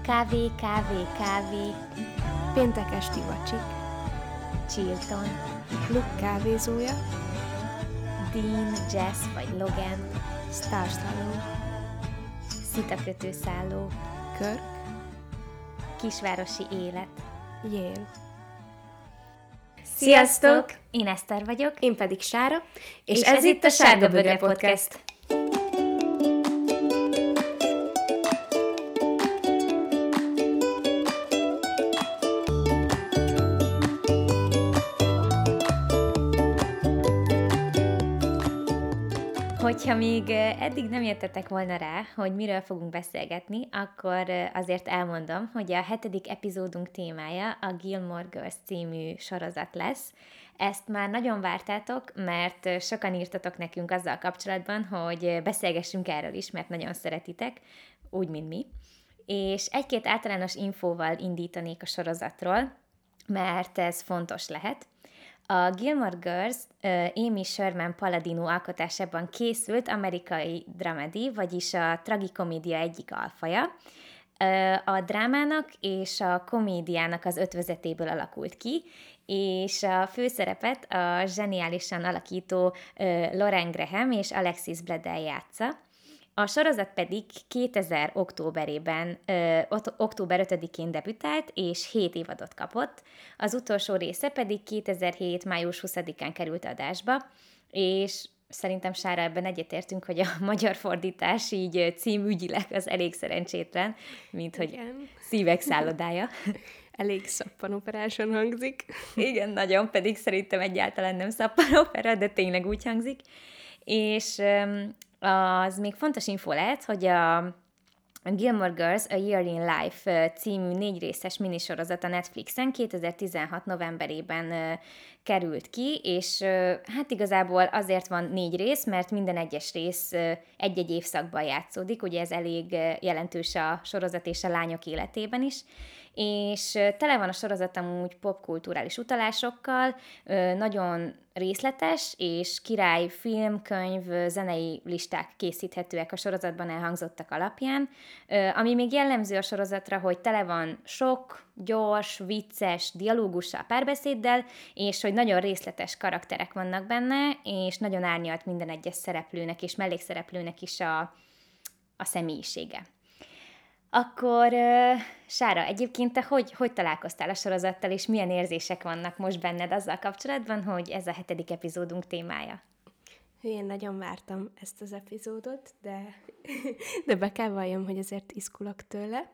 Kávé, kávé, kávé. Péntek esti vacsik. Chilton. Luke kávézója. Dean, Jess vagy Logan. Starstalló. Szitakötőszálló. Kirk. Kisvárosi élet. Yale. Sziasztok! Én Eszter vagyok. Én pedig Sára. És ez itt a Sárga Bögre Podcast. Hogyha még eddig nem jöttetek volna rá, hogy miről fogunk beszélgetni, akkor azért elmondom, hogy a 7. epizódunk témája a Gilmore Girls című sorozat lesz. Ezt már nagyon vártátok, mert sokan írtatok nekünk azzal kapcsolatban, hogy beszélgessünk erről is, mert nagyon szeretitek, úgy, mint mi. És egy-két általános infóval indítanék a sorozatról, mert ez fontos lehet. A Gilmore Girls Amy Sherman Palladino alkotásában készült amerikai dramedy, vagyis a tragikomédia egyik alfaja. A drámának és a komédiának az ötvözetéből alakult ki, és a főszerepet a zseniálisan alakító Lauren Graham és Alexis Bledel játsza. A sorozat pedig 2000 október 5-én debütált, és 7 évadot kapott, az utolsó része pedig 2007. május 20-án került adásba, és szerintem Sára ebben egyetértünk, hogy a magyar fordítás így címügyileg az elég szerencsétlen, mint hogy igen. Szívek szállodája. Elég szappanoperásan hangzik. Igen, nagyon, pedig szerintem egyáltalán nem szappanopera, de tényleg úgy hangzik. És az még fontos info lehet, hogy a Gilmore Girls A Year in Life című 4 részes minisorozat a Netflixen 2016 novemberében került ki, és hát igazából azért van 4 rész, mert minden egyes rész egy-egy évszakban játszódik, ugye ez elég jelentős a sorozat és a lányok életében is, és tele van a sorozat amúgy popkulturális utalásokkal, nagyon részletes, és király film, könyv, zenei listák készíthetőek a sorozatban elhangzottak alapján. Ami még jellemző a sorozatra, hogy tele van sok, gyors, vicces dialógussal, párbeszéddel, és hogy nagyon részletes karakterek vannak benne, és nagyon árnyalt minden egyes szereplőnek és mellékszereplőnek is a személyisége. Akkor, Sára, egyébként te hogy találkoztál a sorozattal, és milyen érzések vannak most benned azzal kapcsolatban, hogy ez a 7. epizódunk témája? Én nagyon vártam ezt az epizódot, de be kell valljam, hogy azért izgulok tőle.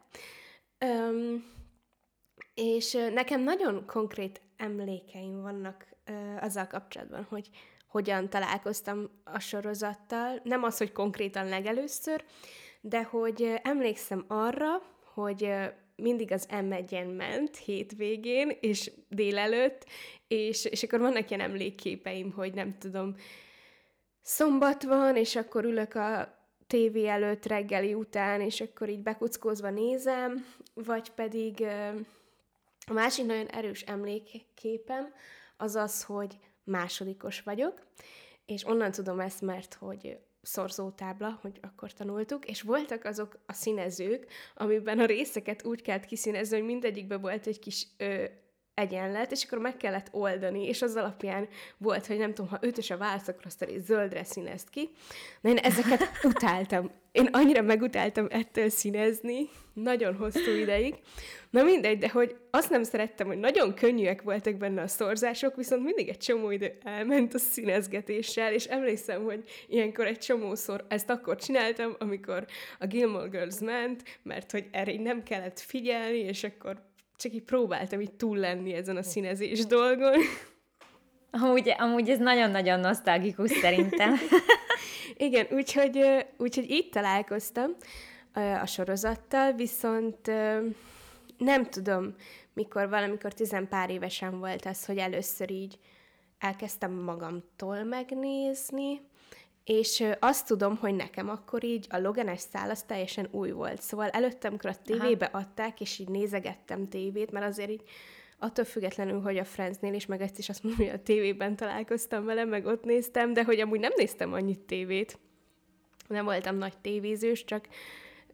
És nekem nagyon konkrét emlékeim vannak azzal kapcsolatban, hogy hogyan találkoztam a sorozattal. Nem az, hogy konkrétan legelőször, de hogy emlékszem arra, hogy mindig az M1-en ment hétvégén, és délelőtt, és akkor vannak ilyen emlékképeim, hogy nem tudom, szombat van, és akkor ülök a tévé előtt reggeli után, és akkor így bekuckózva nézem, vagy pedig a másik nagyon erős emlékképem az az, hogy másodikos vagyok, és onnan tudom ezt, mert hogy szorzótábla, hogy akkor tanultuk, és voltak azok a színezők, amiben a részeket úgy kellett kiszínezni, hogy mindegyikben volt egy kis egyenlet, és akkor meg kellett oldani, és az alapján volt, hogy nem tudom, ha 5-ös a válasz, akkor azt a részt zöldre színezt ki. Na, én ezeket utáltam. Én annyira megutáltam ettől színezni, nagyon hosszú ideig. Na mindegy, de hogy azt nem szerettem, hogy nagyon könnyűek voltak benne a szorzások, viszont mindig egy csomó idő elment a színezgetéssel, és emlékszem, hogy ilyenkor egy csomószor ezt akkor csináltam, amikor a Gilmore Girls ment, mert hogy erre így nem kellett figyelni, és akkor csak így próbáltam így túl lenni ezen a színezés dolgon. Amúgy ez nagyon-nagyon nosztalgikus szerintem. Igen, úgyhogy így találkoztam a sorozattal, viszont nem tudom, valamikor 10 pár évesen volt az, hogy először így elkezdtem magamtól megnézni, és azt tudom, hogy nekem akkor így a Logan-es szál az teljesen új volt. Szóval előtte, amikor a tévébe adták, és így nézegettem tévét, mert azért így attól függetlenül, hogy a Friendsnél is, meg ezt is azt mondom, hogy a tévében találkoztam vele, meg ott néztem, de hogy amúgy nem néztem annyit tévét. Nem voltam nagy tévézős, csak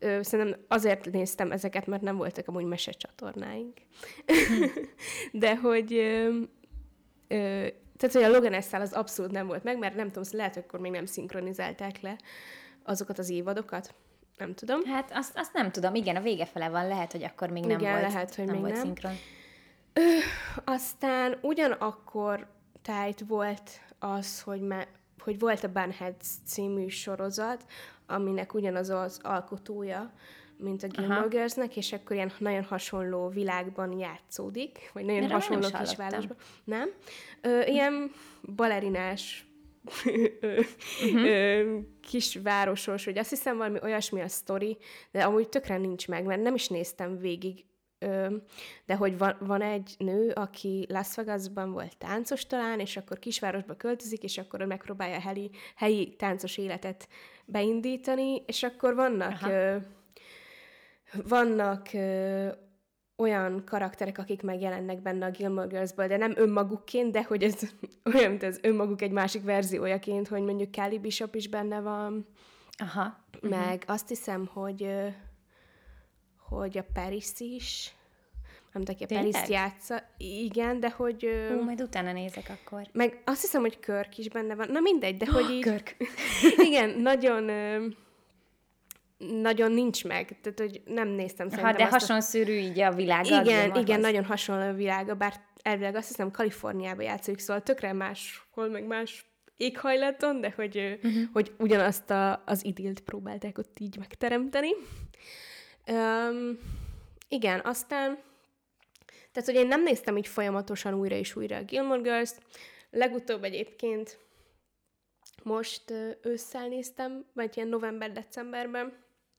Szerintem azért néztem ezeket, mert nem voltak amúgy mesecsatornáink. De hogy... tehát, hogy a Logan Estelle az abszolút nem volt meg, mert nem tudom, lehet, hogy akkor még nem szinkronizálták le azokat az évadokat. Nem tudom. Hát azt nem tudom, igen, a vége fele van, lehet, hogy akkor még nem Igen, volt, lehet, hogy nem még volt nem. szinkron. Aztán ugyanakkor tájt volt az, hogy volt a Bunheads című sorozat, aminek ugyanaz az alkotója, mint a Gilmore Girlsnek, és akkor ilyen nagyon hasonló világban játszódik, vagy nagyon hasonló kisvárosban. Nem? Ilyen balerinás kisvárosos, hogy azt hiszem valami olyasmi a sztori, de amúgy tökre nincs meg, mert nem is néztem végig, de hogy van egy nő, aki Las Vegasban volt táncos talán, és akkor kisvárosba költözik, és akkor megpróbálja a helyi táncos életet beindítani, és akkor vannak olyan karakterek, akik megjelennek benne a Gilmore Girlsből, de nem önmagukként, de hogy ez olyan, mint az önmaguk egy másik verziójaként, hogy mondjuk Kelly Bishop is benne van. Aha. Meg azt hiszem, hogy a Paris is, nem tudom, aki a Paris játsza. Igen, de hogy... majd utána nézek akkor. Meg azt hiszem, hogy Kirk is benne van. Na mindegy, de hogy így... Kirk. Igen, nagyon nincs meg. Tehát, hogy nem néztem szerintem de hasonszörű így a világa. Igen, nagyon hasonló a világa, bár elvileg azt hiszem Kaliforniában játszik, szóval tökre máshol, meg más éghajlaton, de hogy ugyanazt az idillt próbálták ott így megteremteni. Igen, aztán tehát, hogy én nem néztem így folyamatosan újra és újra a Gilmore Girls-t. Legutóbb egyébként most ősszel néztem, vagy ilyen november-decemberben,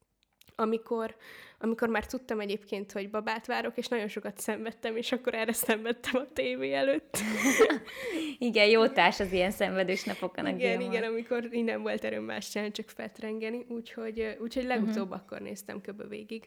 amikor már tudtam egyébként, hogy babát várok, és nagyon sokat szenvedtem, és akkor erre szenvedtem a tévé előtt. Igen, jó társ az ilyen szenvedős napokon a Gilmore. Igen, amikor nem volt erőm más csinálni, csak fetrengeni, úgyhogy legutóbb akkor néztem köbben végig.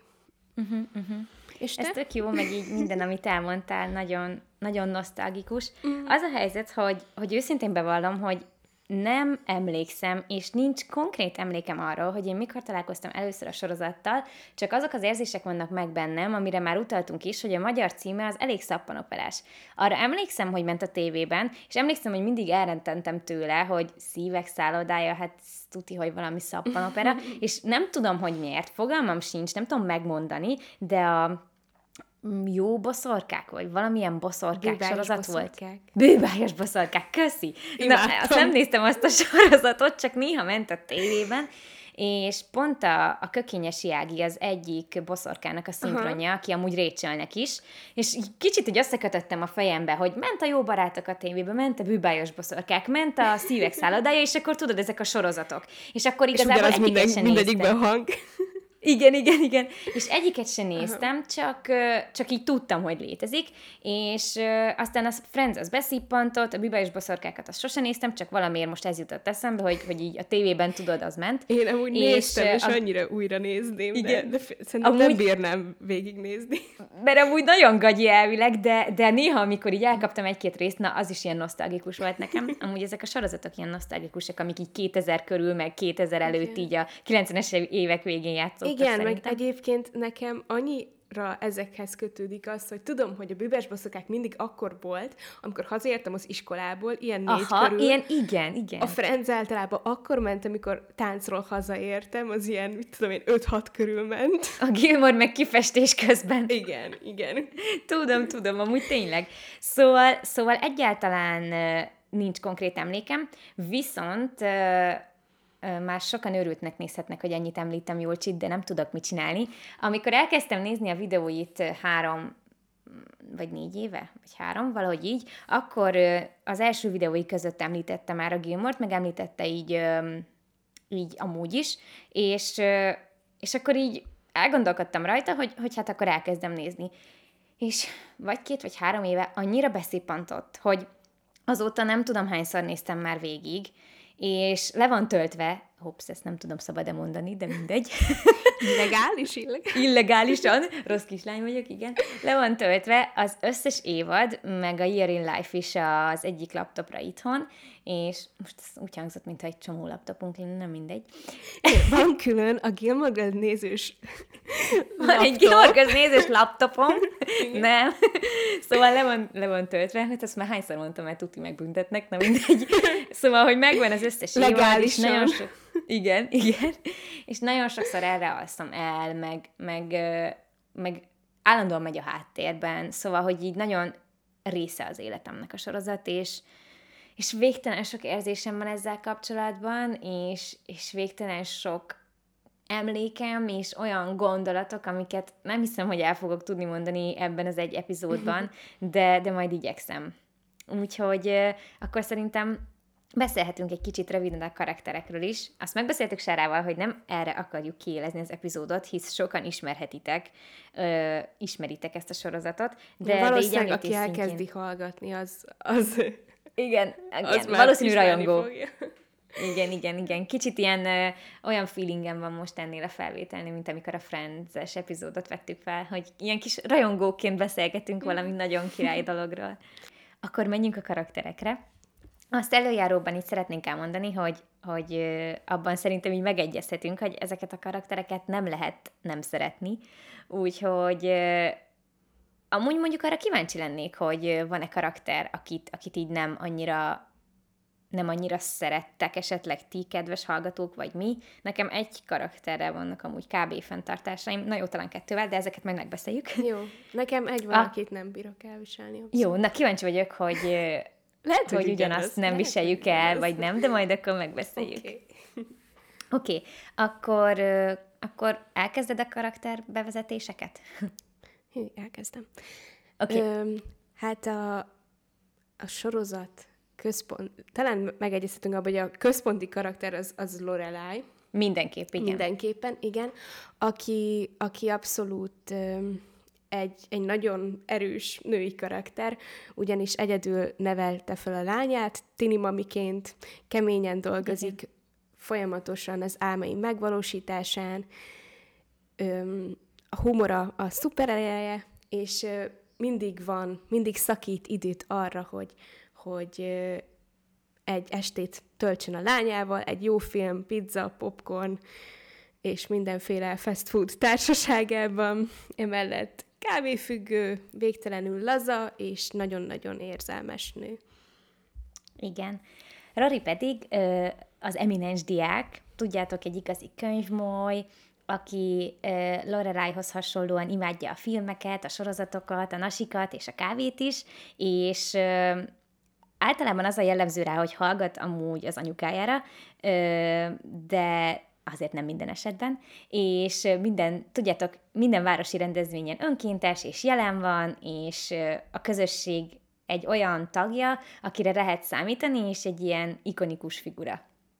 És ez tök jó, meg így minden, amit elmondtál, nagyon, nagyon nosztalgikus. Az a helyzet, hogy őszintén bevallom, hogy nem emlékszem, és nincs konkrét emlékem arról, hogy én mikor találkoztam először a sorozattal, csak azok az érzések vannak meg bennem, amire már utaltunk is, hogy a magyar címe az elég szappanoperás. Arra emlékszem, hogy ment a tévében, és emlékszem, hogy mindig elrententem tőle, hogy Szívek szállodája, hát tuti, hogy valami szappanopera, és nem tudom, hogy miért, fogalmam sincs, nem tudom megmondani, de a jó boszorkák, vagy valamilyen boszorkák sorozat volt. Bűbájos boszorkák, köszi! Imádtam. Na, azt nem néztem azt a sorozatot, csak néha ment a tévében, és pont a Kökényesi Ági az egyik boszorkának a szinkronja, aki amúgy Rachelnek is, és kicsit így összekötöttem a fejembe, hogy ment a Jó barátok a tévébe, ment a Bűbájos boszorkák, ment a Szívek szállodája, és akkor tudod, ezek a sorozatok. És akkor igazából egyiket sem mindegyikben hang. Igen. És egyiket sem néztem, csak így tudtam, hogy létezik, és aztán a Friends az beszippantott, a Bűbájos boszorkákat azt sosem néztem, csak valamiért most ez jutott eszembe, hogy így a tévében tudod, az ment. Én amúgy néztem, és annyira újra nézném, de szerintem amúgy nem bírnám végignézni. Mert amúgy nagyon gagyi elvileg, de néha, amikor így elkaptam egy-két részt, na, az is ilyen nosztalgikus volt nekem. Amúgy ezek a sorozatok ilyen nosztalgikusak, amik így 2000 körül, meg 2000 előtt így a 90-es évek végén játszottak. Igen, meg egyébként nekem annyira ezekhez kötődik az, hogy tudom, hogy a Bűbájos boszorkák mindig akkor volt, amikor hazaértem az iskolából, ilyen 4 körül. Igen. A Friends általában akkor ment, amikor táncról hazaértem, az ilyen, mit tudom én, 5-6 körül ment. A Gilmore meg kifestés közben. Igen. Tudom, amúgy tényleg. Szóval egyáltalán nincs konkrét emlékem, viszont... már sokan őrültnek nézhetnek, hogy ennyit említem Jolcsit, de nem tudok mit csinálni. Amikor elkezdtem nézni a videóit 3 vagy 4 éve, vagy 3, valahogy így, akkor az első videói között említette már a Gilmore-t, meg említette így amúgy is, és akkor így elgondolkodtam rajta, hogy hát akkor elkezdem nézni. És vagy 2 vagy 3 éve annyira beszippantott, hogy azóta nem tudom hányszor néztem már végig, és le van töltve, ezt nem tudom szabad-e mondani, de mindegy. Illegálisan, rossz kislány vagyok, igen. Le van töltve az összes évad, meg a Year in Life is az egyik laptopra itthon, és most ez úgy hangzott, mintha egy csomó laptopunk lenne, nem mindegy. Van külön a Gilmore Girls nézős Van egy Gilmore Girls nézős laptopom, nem. Szóval le van töltve, hát ezt már hányszor mondtam, mert tuti megbüntetnek, na mindegy. Szóval, hogy megvan az összes évad, és nagyon sok... Igen. És nagyon sokszor erre alszom el, meg állandóan megy a háttérben, szóval, hogy így nagyon része az életemnek a sorozat, és végtelen sok érzésem van ezzel kapcsolatban, és végtelen sok emlékem, és olyan gondolatok, amiket nem hiszem, hogy el fogok tudni mondani ebben az egy epizódban, de majd igyekszem. Úgyhogy akkor szerintem beszélhetünk egy kicsit röviden a karakterekről is. Azt megbeszéltük Sárával, hogy nem erre akarjuk kiélezni az epizódot, hisz sokan ismeritek ezt a sorozatot. De valószínűleg, aki elkezdi hallgatni, az igen, valószínű rajongó. Igen. Kicsit ilyen olyan feelingem van most ennél a felvételnél, mint amikor a Friends-es epizódot vettük fel, hogy ilyen kis rajongóként beszélgetünk valami nagyon király dologról. Akkor menjünk a karakterekre. Azt előjáróban itt szeretnénk elmondani, hogy abban szerintem így megegyezhetünk, hogy ezeket a karaktereket nem lehet nem szeretni. Úgyhogy amúgy mondjuk arra kíváncsi lennék, hogy van-e karakter, akit így nem annyira szerettek, esetleg ti, kedves hallgatók, vagy mi. Nekem egy karakterrel vannak amúgy kb. Fenntartásaim, na jó, talán kettővel, de ezeket majd megbeszéljük. Jó, nekem egy valakit nem bírok elviselni. Abszolút. Jó, na kíváncsi vagyok, hogy lehet, hogy ugyanazt nem viseljük el, vagy nem, de majd akkor megbeszéljük. Oké. Akkor elkezded a karakter bevezetéseket? Elkezdem. Okay. Hát a sorozat talán megegyezhetünk abban, hogy a központi karakter az Lorelai. Mindenképpen, igen. Aki abszolút egy nagyon erős női karakter, ugyanis egyedül nevelte fel a lányát, tini mamiként keményen dolgozik, igen. Folyamatosan az álmai megvalósításán, a humora a szuperereje, és mindig szakít időt arra, hogy egy estét töltsön a lányával, egy jó film, pizza, popcorn, és mindenféle fast food társaságában, emellett kávéfüggő, végtelenül laza, és nagyon-nagyon érzelmes nő. Igen. Rory pedig az eminens diák, tudjátok, egy igazi könyvmoly, aki Lorelaihoz hasonlóan imádja a filmeket, a sorozatokat, a nasikat és a kávét is, és általában az a jellemző rá, hogy hallgat amúgy az anyukájára, de azért nem minden esetben, és tudjátok, minden városi rendezvényen önkéntes és jelen van, és a közösség egy olyan tagja, akire lehet számítani, és egy ilyen ikonikus figura.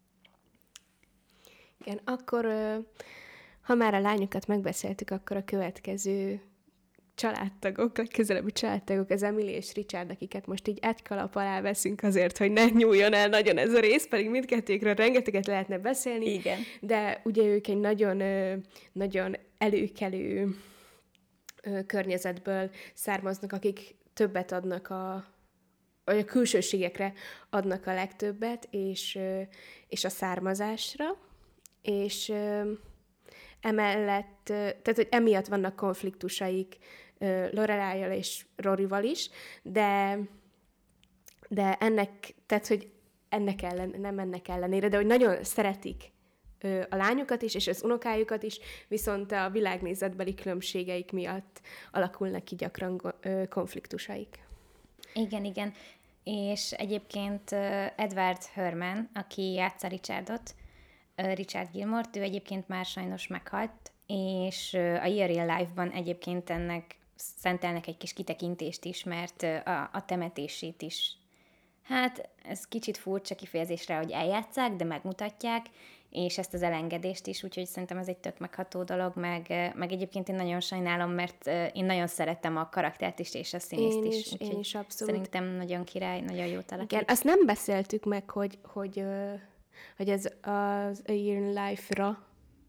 Igen, akkor ha már a lányokat megbeszéltük, akkor a következő családtagok, legközelebbi családtagok, az Emily és Richard, akiket most így egy kalap alá veszünk azért, hogy ne nyúljon el nagyon ez a rész, pedig mindkettőkről rengeteget lehetne beszélni. Igen. De ugye ők egy nagyon előkelő környezetből származnak, akik többet adnak vagy a külsőségekre adnak a legtöbbet, és a származásra, és emellett, tehát hogy emiatt vannak konfliktusaik Lorelaival és Roryval is, de ennek, tehát hogy nem ennek ellenére, de hogy nagyon szeretik a lányokat is, és az unokájukat is, viszont a világnézetbeli különbségeik miatt alakulnak ki gyakran konfliktusaik. Igen. És egyébként Edward Herman, aki játsza Richardot, Richard Gilmore-t, ő egyébként már sajnos meghalt, és a Year in Life-ban egyébként ennek szentelnek egy kis kitekintést is, mert a temetését is, hát ez kicsit furcsa kifejezésre, hogy eljátsszák, de megmutatják, és ezt az elengedést is, úgyhogy szerintem ez egy tök megható dolog, meg egyébként én nagyon sajnálom, mert én nagyon szerettem a karaktert is, és a színészt is. Én is abszolút. Szerintem nagyon király, nagyon jó alakít. Igen, azt nem beszéltük meg, hogy ez az A Year in Life-ra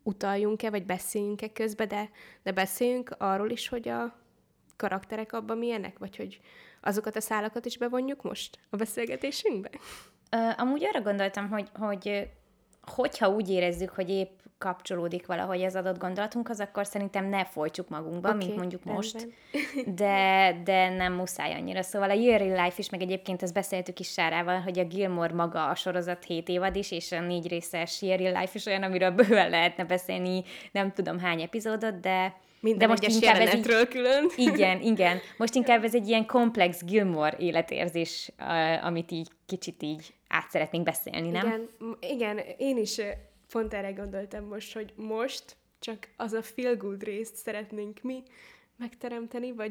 utaljunk-e, vagy beszéljünk-e közbe, de beszéljünk arról is, hogy a karakterek abban milyenek, vagy hogy azokat a szálakat is bevonjuk most a beszélgetésünkbe? Amúgy arra gondoltam, hogyha úgy érezzük, hogy épp kapcsolódik valahogy az adott gondolatunkhoz, akkor szerintem ne folytsuk magunkba, mint mondjuk most, de nem muszáj annyira. Szóval a Year in Life is, meg egyébként ezt beszéltük is Sárával, hogy a Gilmore maga a sorozat 7 évad is, és a 4 részes Year in Life is olyan, amiről bőven lehetne beszélni, nem tudom hány epizódot, de most egyes jelenetről külön. Igen. Most inkább ez egy ilyen komplex Gilmore életérzés, amit így kicsit így át szeretnénk beszélni, nem? Igen, én is pont erre gondoltam most, hogy most csak az a feel good részt szeretnénk mi megteremteni, vagy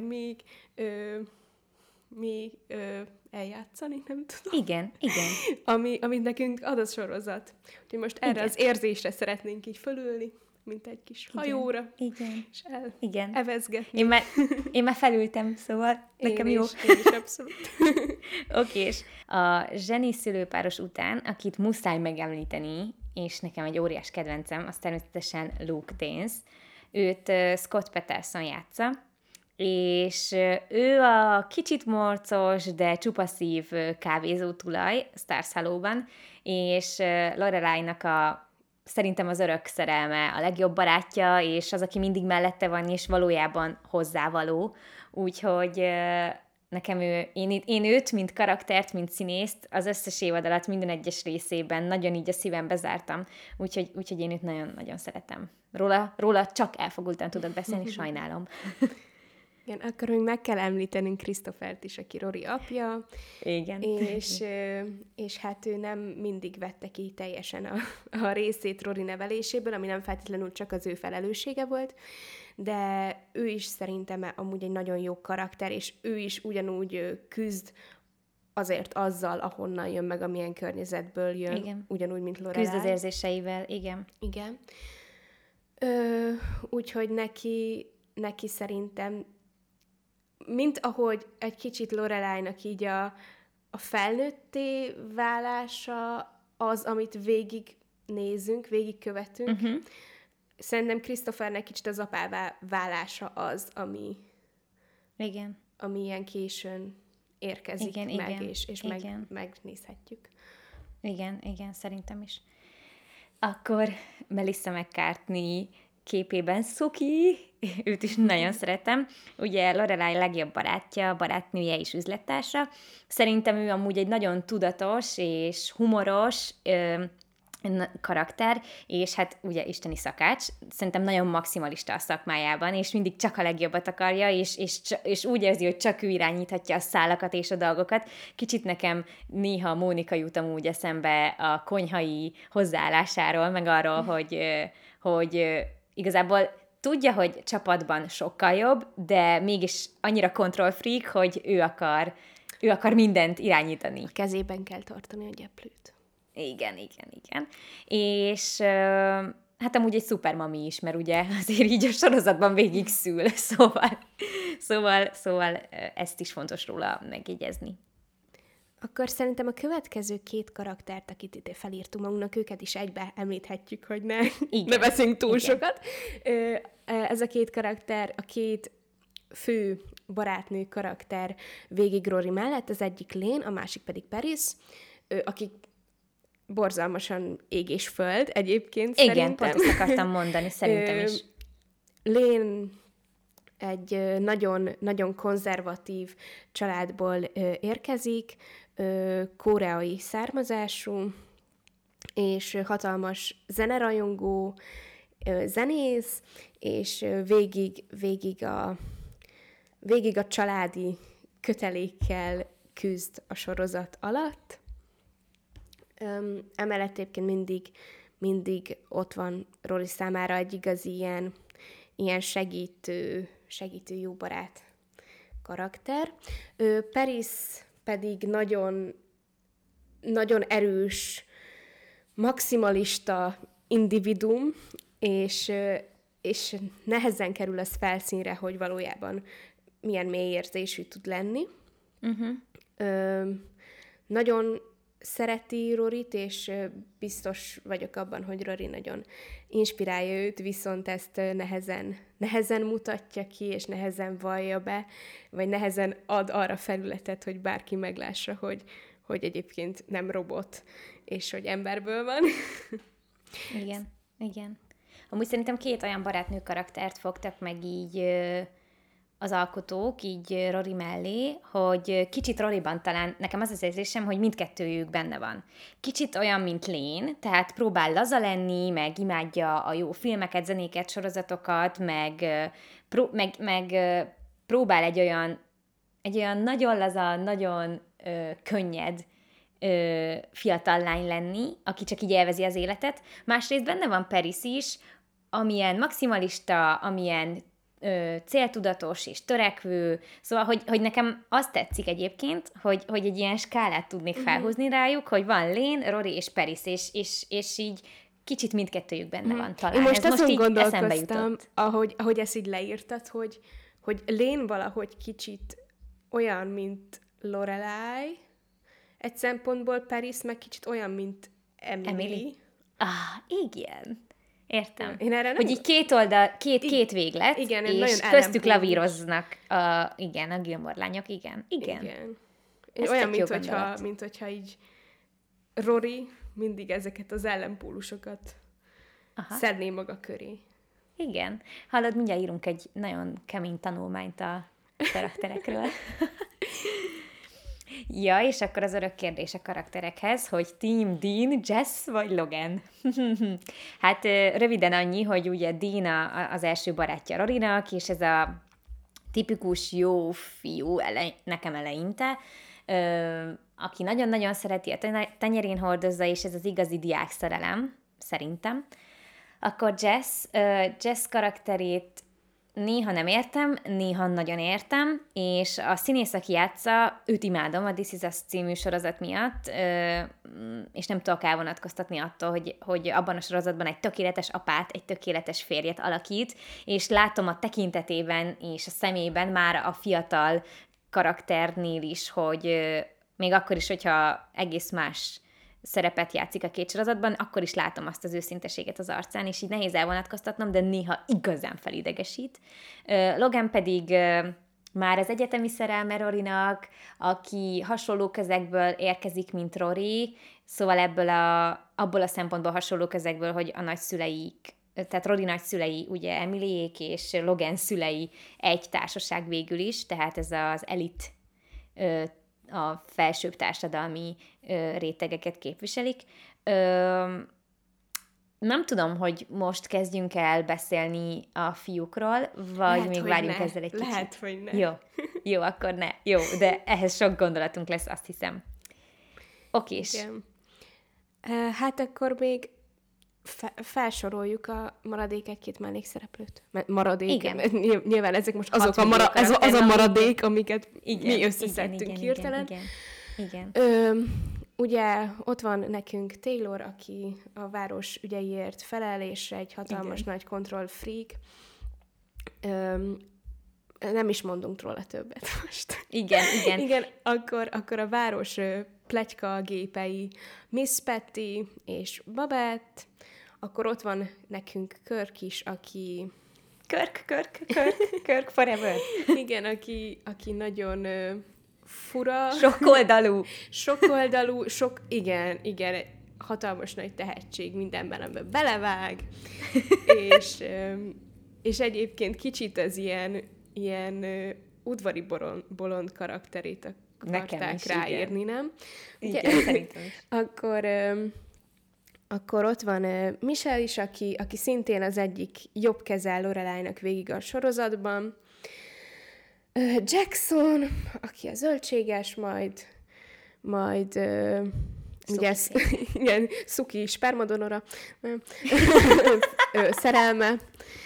mi eljátszani, nem tudom. Igen. Amit nekünk ad a sorozat. Úgyhogy most erre az érzésre szeretnénk így fölülni, mint egy kis hajóra. Igen. És evezgetni. Én már felültem, szóval nekem jó. Én is abszolút. Oké, és a zseni szülőpáros után, akit muszáj megemlíteni, és nekem egy óriás kedvencem, az természetesen Luke Danes. Őt Scott Peterson játsza, és ő a kicsit morcos, de csupaszív kávézó tulaj Stars Hollow-ban, és Lorelai-nak szerintem az örök szerelme, a legjobb barátja, és az, aki mindig mellette van, és valójában hozzávaló. Úgyhogy nekem én őt, mint karaktert, mint színészt, az összes évad alatt minden egyes részében nagyon így a szívembe zártam. Úgyhogy én őt nagyon-nagyon szeretem. Róla csak elfogultan tudok beszélni, sajnálom. Igen, akkor még meg kell említenünk Christophert is, aki Rory apja. Igen. És hát ő nem mindig vette ki teljesen a részét Rory neveléséből, ami nem feltétlenül csak az ő felelőssége volt, de ő is szerintem amúgy egy nagyon jó karakter, és ő is ugyanúgy küzd azért azzal, ahonnan jön, meg amilyen környezetből jön. Igen. Ugyanúgy, mint Lorelai. Küzd az érzéseivel, igen. Igen. Úgyhogy neki szerintem, mint ahogy egy kicsit Lorelai-nak így a felnőtté válása az, amit végig nézünk, végig követünk. Szerintem Christophernek kicsit az apává válása az, ami ilyen későn érkezik és megnézhetjük. Igen, szerintem is. Akkor Melissa McCartney képében Suki, őt is nagyon szeretem. Ugye Lorelai legjobb barátnője és üzlettársa. Szerintem ő amúgy egy nagyon tudatos és humoros karakter, és hát ugye isteni szakács, szerintem nagyon maximalista a szakmájában, és mindig csak a legjobbat akarja, és úgy érzi, hogy csak ő irányíthatja a szálakat és a dolgokat. Kicsit nekem néha Mónika jut amúgy eszembe a konyhai hozzáállásáról, meg arról, hogy igazából tudja, hogy csapatban sokkal jobb, de mégis annyira control freak, hogy ő akar mindent irányítani. A kezében kell tartani a gyeplőt. Igen. És hát amúgy egy szupermami is, mert ugye azért így a sorozatban végig szül, szóval ezt is fontos róla megjegyezni. Akkor szerintem a következő 2 karaktert, akit itt felírtunk magunknak, őket is egybe említhetjük, hogy ne beszéljünk túl sokat. Ez a 2 karakter, a 2 fő barátnő karakter végig Rory mellett, az egyik Lane, a másik pedig Paris, akik borzalmasan ég és föld egyébként Igen, pont ezt akartam mondani, szerintem is. Lane egy nagyon, nagyon konzervatív családból érkezik, koreai származású, és hatalmas zenerajongó, zenész, és végig a családi kötelékkel küzd a sorozat alatt. Emellett egyébként mindig ott van Rory számára egy igazi ilyen segítő jó barát karakter. Paris pedig nagyon, nagyon erős, maximalista individuum, és nehezen kerül az felszínre, hogy valójában milyen mély érzésű tud lenni. Nagyon szereti Rorit, és biztos vagyok abban, hogy Rory nagyon inspirálja őt, viszont ezt nehezen mutatja ki, és nehezen vallja be, vagy nehezen ad arra felületet, hogy bárki meglássa, hogy egyébként nem robot, és hogy emberből van. Igen, igen. Amúgy szerintem 2 olyan barátnő karaktert fogtak meg így az alkotók, így Rory mellé, hogy kicsit Roryban talán nekem az érzésem, hogy mindkettőjük benne van. Kicsit olyan, mint Lane, tehát próbál laza lenni, meg imádja a jó filmeket, zenéket, sorozatokat, meg próbál egy olyan nagyon laza, nagyon könnyed fiatal lány lenni, aki csak így élvezi az életet. Másrészt benne van Paris is, amilyen maximalista, amilyen céltudatos és törekvő, szóval, hogy nekem azt tetszik egyébként, hogy egy ilyen skálát tudnék felhozni rájuk, hogy van Lane, Rory és Paris, és így kicsit mindkettőjük benne van talán. Én most azon gondolkoztam, ahogy ezt így leírtad, hogy Lane valahogy kicsit olyan, mint Lorelai, egy szempontból Paris meg kicsit olyan, mint Emily. Igen. Értem. Én erre nem... Hogy így két oldal, két véglet, igen, és köztük lavíroznak a Gilmore lányok, igen. Olyan, mint hogyha így Rory mindig ezeket az ellenpólusokat szedné maga köré. Igen. Hallod, mindjárt írunk egy nagyon kemény tanulmányt a karakterekről. Ja, és akkor az örök kérdés a karakterekhez, hogy Team Dean, Jess vagy Logan? Hát röviden annyi, hogy ugye Dean az első barátja Rorynak, és ez a tipikus jó fiú nekem eleinte, aki nagyon-nagyon szereti, a tenyerén hordozza, és ez az igazi diák szerelem, szerintem. Akkor Jess karakterét néha nem értem, néha nagyon értem, és a színész, aki játsza, őt imádom a This Is Us című sorozat miatt, és nem tudok elvonatkoztatni attól, hogy abban a sorozatban egy tökéletes apát, egy tökéletes férjet alakít, és látom a tekintetében és a szemében már a fiatal karakternél is, hogy még akkor is, hogyha egész más szerepet játszik a 2 sorozatban, akkor is látom azt az őszinteséget az arcán, és így nehéz elvonatkoztatnom, de néha igazán felidegesít. Logan pedig már az egyetemi szerelme Rorynak, aki hasonló közegből érkezik, mint Rory, szóval abból a szempontból hasonló közegből, hogy a nagyszüleik, tehát Rory nagyszülei ugye Emilyék, és Logan szülei egy társaság végül is, tehát ez az elit a felsőbb társadalmi rétegeket képviselik. Nem tudom, hogy most kezdjünk el beszélni a fiúkról, vagy lehet, még várjunk ezzel egy kicsit. Lehet, hogy ne. Jó, akkor ne. Jó, de ehhez sok gondolatunk lesz, azt hiszem. Okés. Igen. Hát akkor még felsoroljuk a maradék 1-2 mellékszereplőt. Maradék. Igen. Nyilván ezek most azok az a maradék, amiket mi összeszedtünk hirtelen. Igen. Ugye ott van nekünk Taylor, aki a város ügyeiért felel, és egy hatalmas nagy control freak. Nem is mondunk róla többet most. Igen, akkor a város pletyka gépei Miss Patty és Babette. Akkor ott van nekünk Kirk is, aki... Kirk forever. Igen, aki nagyon fura. Sokoldalú. Igen, hatalmas nagy tehetség mindenben, amiben belevág. és egyébként kicsit az ilyen udvari bolond karakterét akarták ráírni, igen. Nem? Igen, szerintem is. Akkor ott van Michelle is, aki szintén az egyik jobb keze Lorelai-nak végig a sorozatban. Jackson, aki a zöldséges, majd ugye igen, Suki spermadonora, szerelme.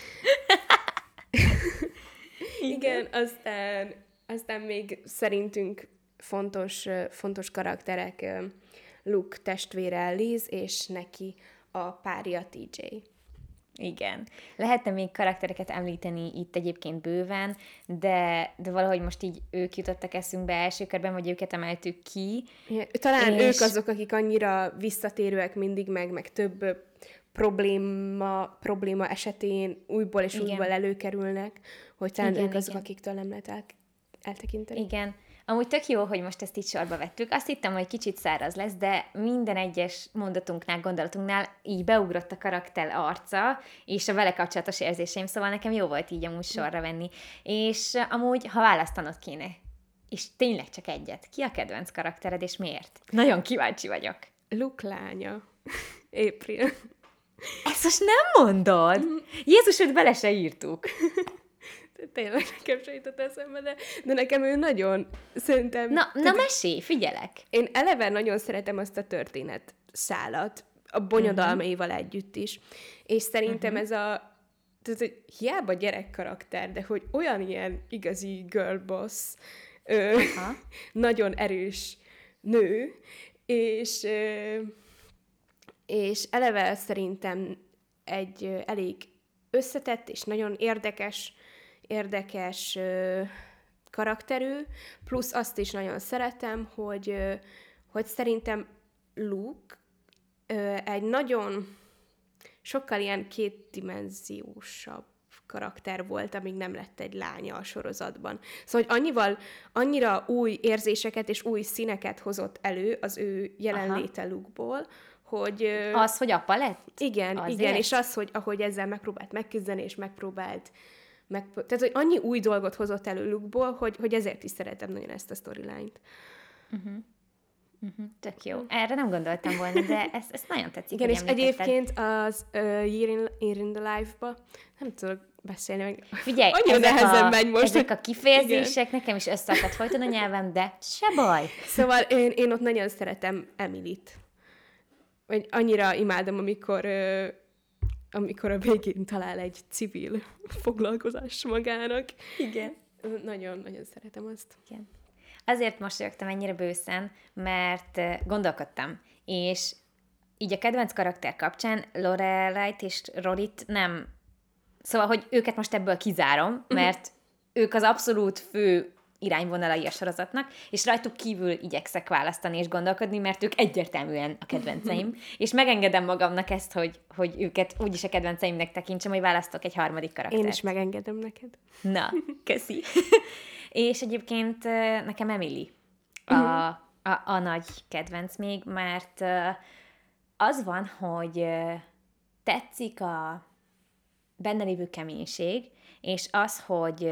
Igen, aztán még szerintünk fontos karakterek Luke testvére Liz, és neki a párja TJ. Igen. Lehetne még karaktereket említeni itt egyébként bőven, de valahogy most így ők jutottak eszünkbe első körben, vagy őket emeltük ki. Igen, talán ők azok, akik annyira visszatérőek mindig, meg több probléma esetén újból és újból előkerülnek, hogy talán ők azok, akiktől nem lehet eltekinteni. Igen. Amúgy tök jó, hogy most ezt így sorba vettük. Azt hittem, hogy kicsit száraz lesz, de minden egyes mondatunknál, gondolatunknál így beugrott a karakter arca, és a vele kapcsolatos érzéseim, szóval nekem jó volt így amúgy sorra venni. És amúgy, ha választanod kéne, és tényleg csak egyet, ki a kedvenc karaktered, és miért? Nagyon kíváncsi vagyok. Luke lánya. April. Ezt most nem mondod? Jézus, őt bele se írtuk. Tényleg nekem se jutott eszembe, de nekem ő nagyon, szerintem... Na mesélj, figyelek. Én eleve nagyon szeretem azt a történet szálat, a bonyodalmaival együtt is. És szerintem ez a... Tehát, hogy hiába gyerek karakter, de hogy olyan ilyen igazi girl boss, nagyon erős nő, és eleve szerintem egy elég összetett és nagyon érdekes karakterű, plusz azt is nagyon szeretem, hogy szerintem Luke egy nagyon sokkal ilyen kétdimenziósabb karakter volt, amíg nem lett egy lánya a sorozatban. Szóval, hogy annyira új érzéseket és új színeket hozott elő az ő jelenléte Luke-ból, hogy... Az, hogy apa lett? Igen, és az, hogy ahogy ezzel megpróbált megküzdeni, és megpróbált tehát, hogy annyi új dolgot hozott elő Luke-ból, hogy ezért is szeretem nagyon ezt a storyline-t. Tök jó. Erre nem gondoltam volna, de ez nagyon tetszik. Igen, és egyébként az Year in the Life-ba nem tudok beszélni, meg figyelj, ezek a kifejezések, igen. Nekem is összeakadt folyton a nyelvem, de se baj. Szóval én ott nagyon szeretem Emily-t. Vagy annyira imádom, amikor a végén talál egy civil foglalkozást magának. Igen. Nagyon szeretem azt. Igen. Azért mosolyogtam ennyire bőszen, mert gondolkodtam, és így a kedvenc karakter kapcsán Lorelai-t és Rorit nem... Szóval, hogy őket most ebből kizárom, mert ők az abszolút fő irányvonalai a sorozatnak, és rajtuk kívül igyekszek választani és gondolkodni, mert ők egyértelműen a kedvenceim, és megengedem magamnak ezt, hogy őket úgyis a kedvenceimnek tekintsem, hogy választok egy harmadik karaktert. Én is megengedem neked. Na, köszi. És egyébként nekem Emily a nagy kedvenc még, mert az van, hogy tetszik a benne lévő keménység, és az,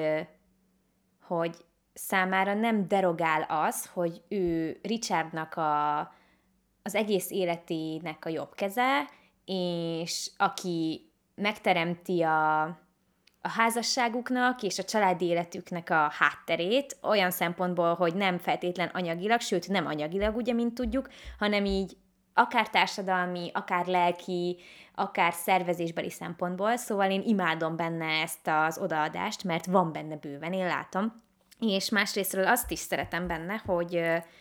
hogy számára nem derogál az, hogy ő Richardnak az egész életének a jobb keze, és aki megteremti a házasságuknak és a családi életüknek a hátterét, olyan szempontból, hogy nem feltétlen anyagilag, sőt nem anyagilag, ugye, mint tudjuk, hanem így akár társadalmi, akár lelki, akár szervezésbeli szempontból, szóval én imádom benne ezt az odaadást, mert van benne bőven, én látom. És másrésztről azt is szeretem benne, hogy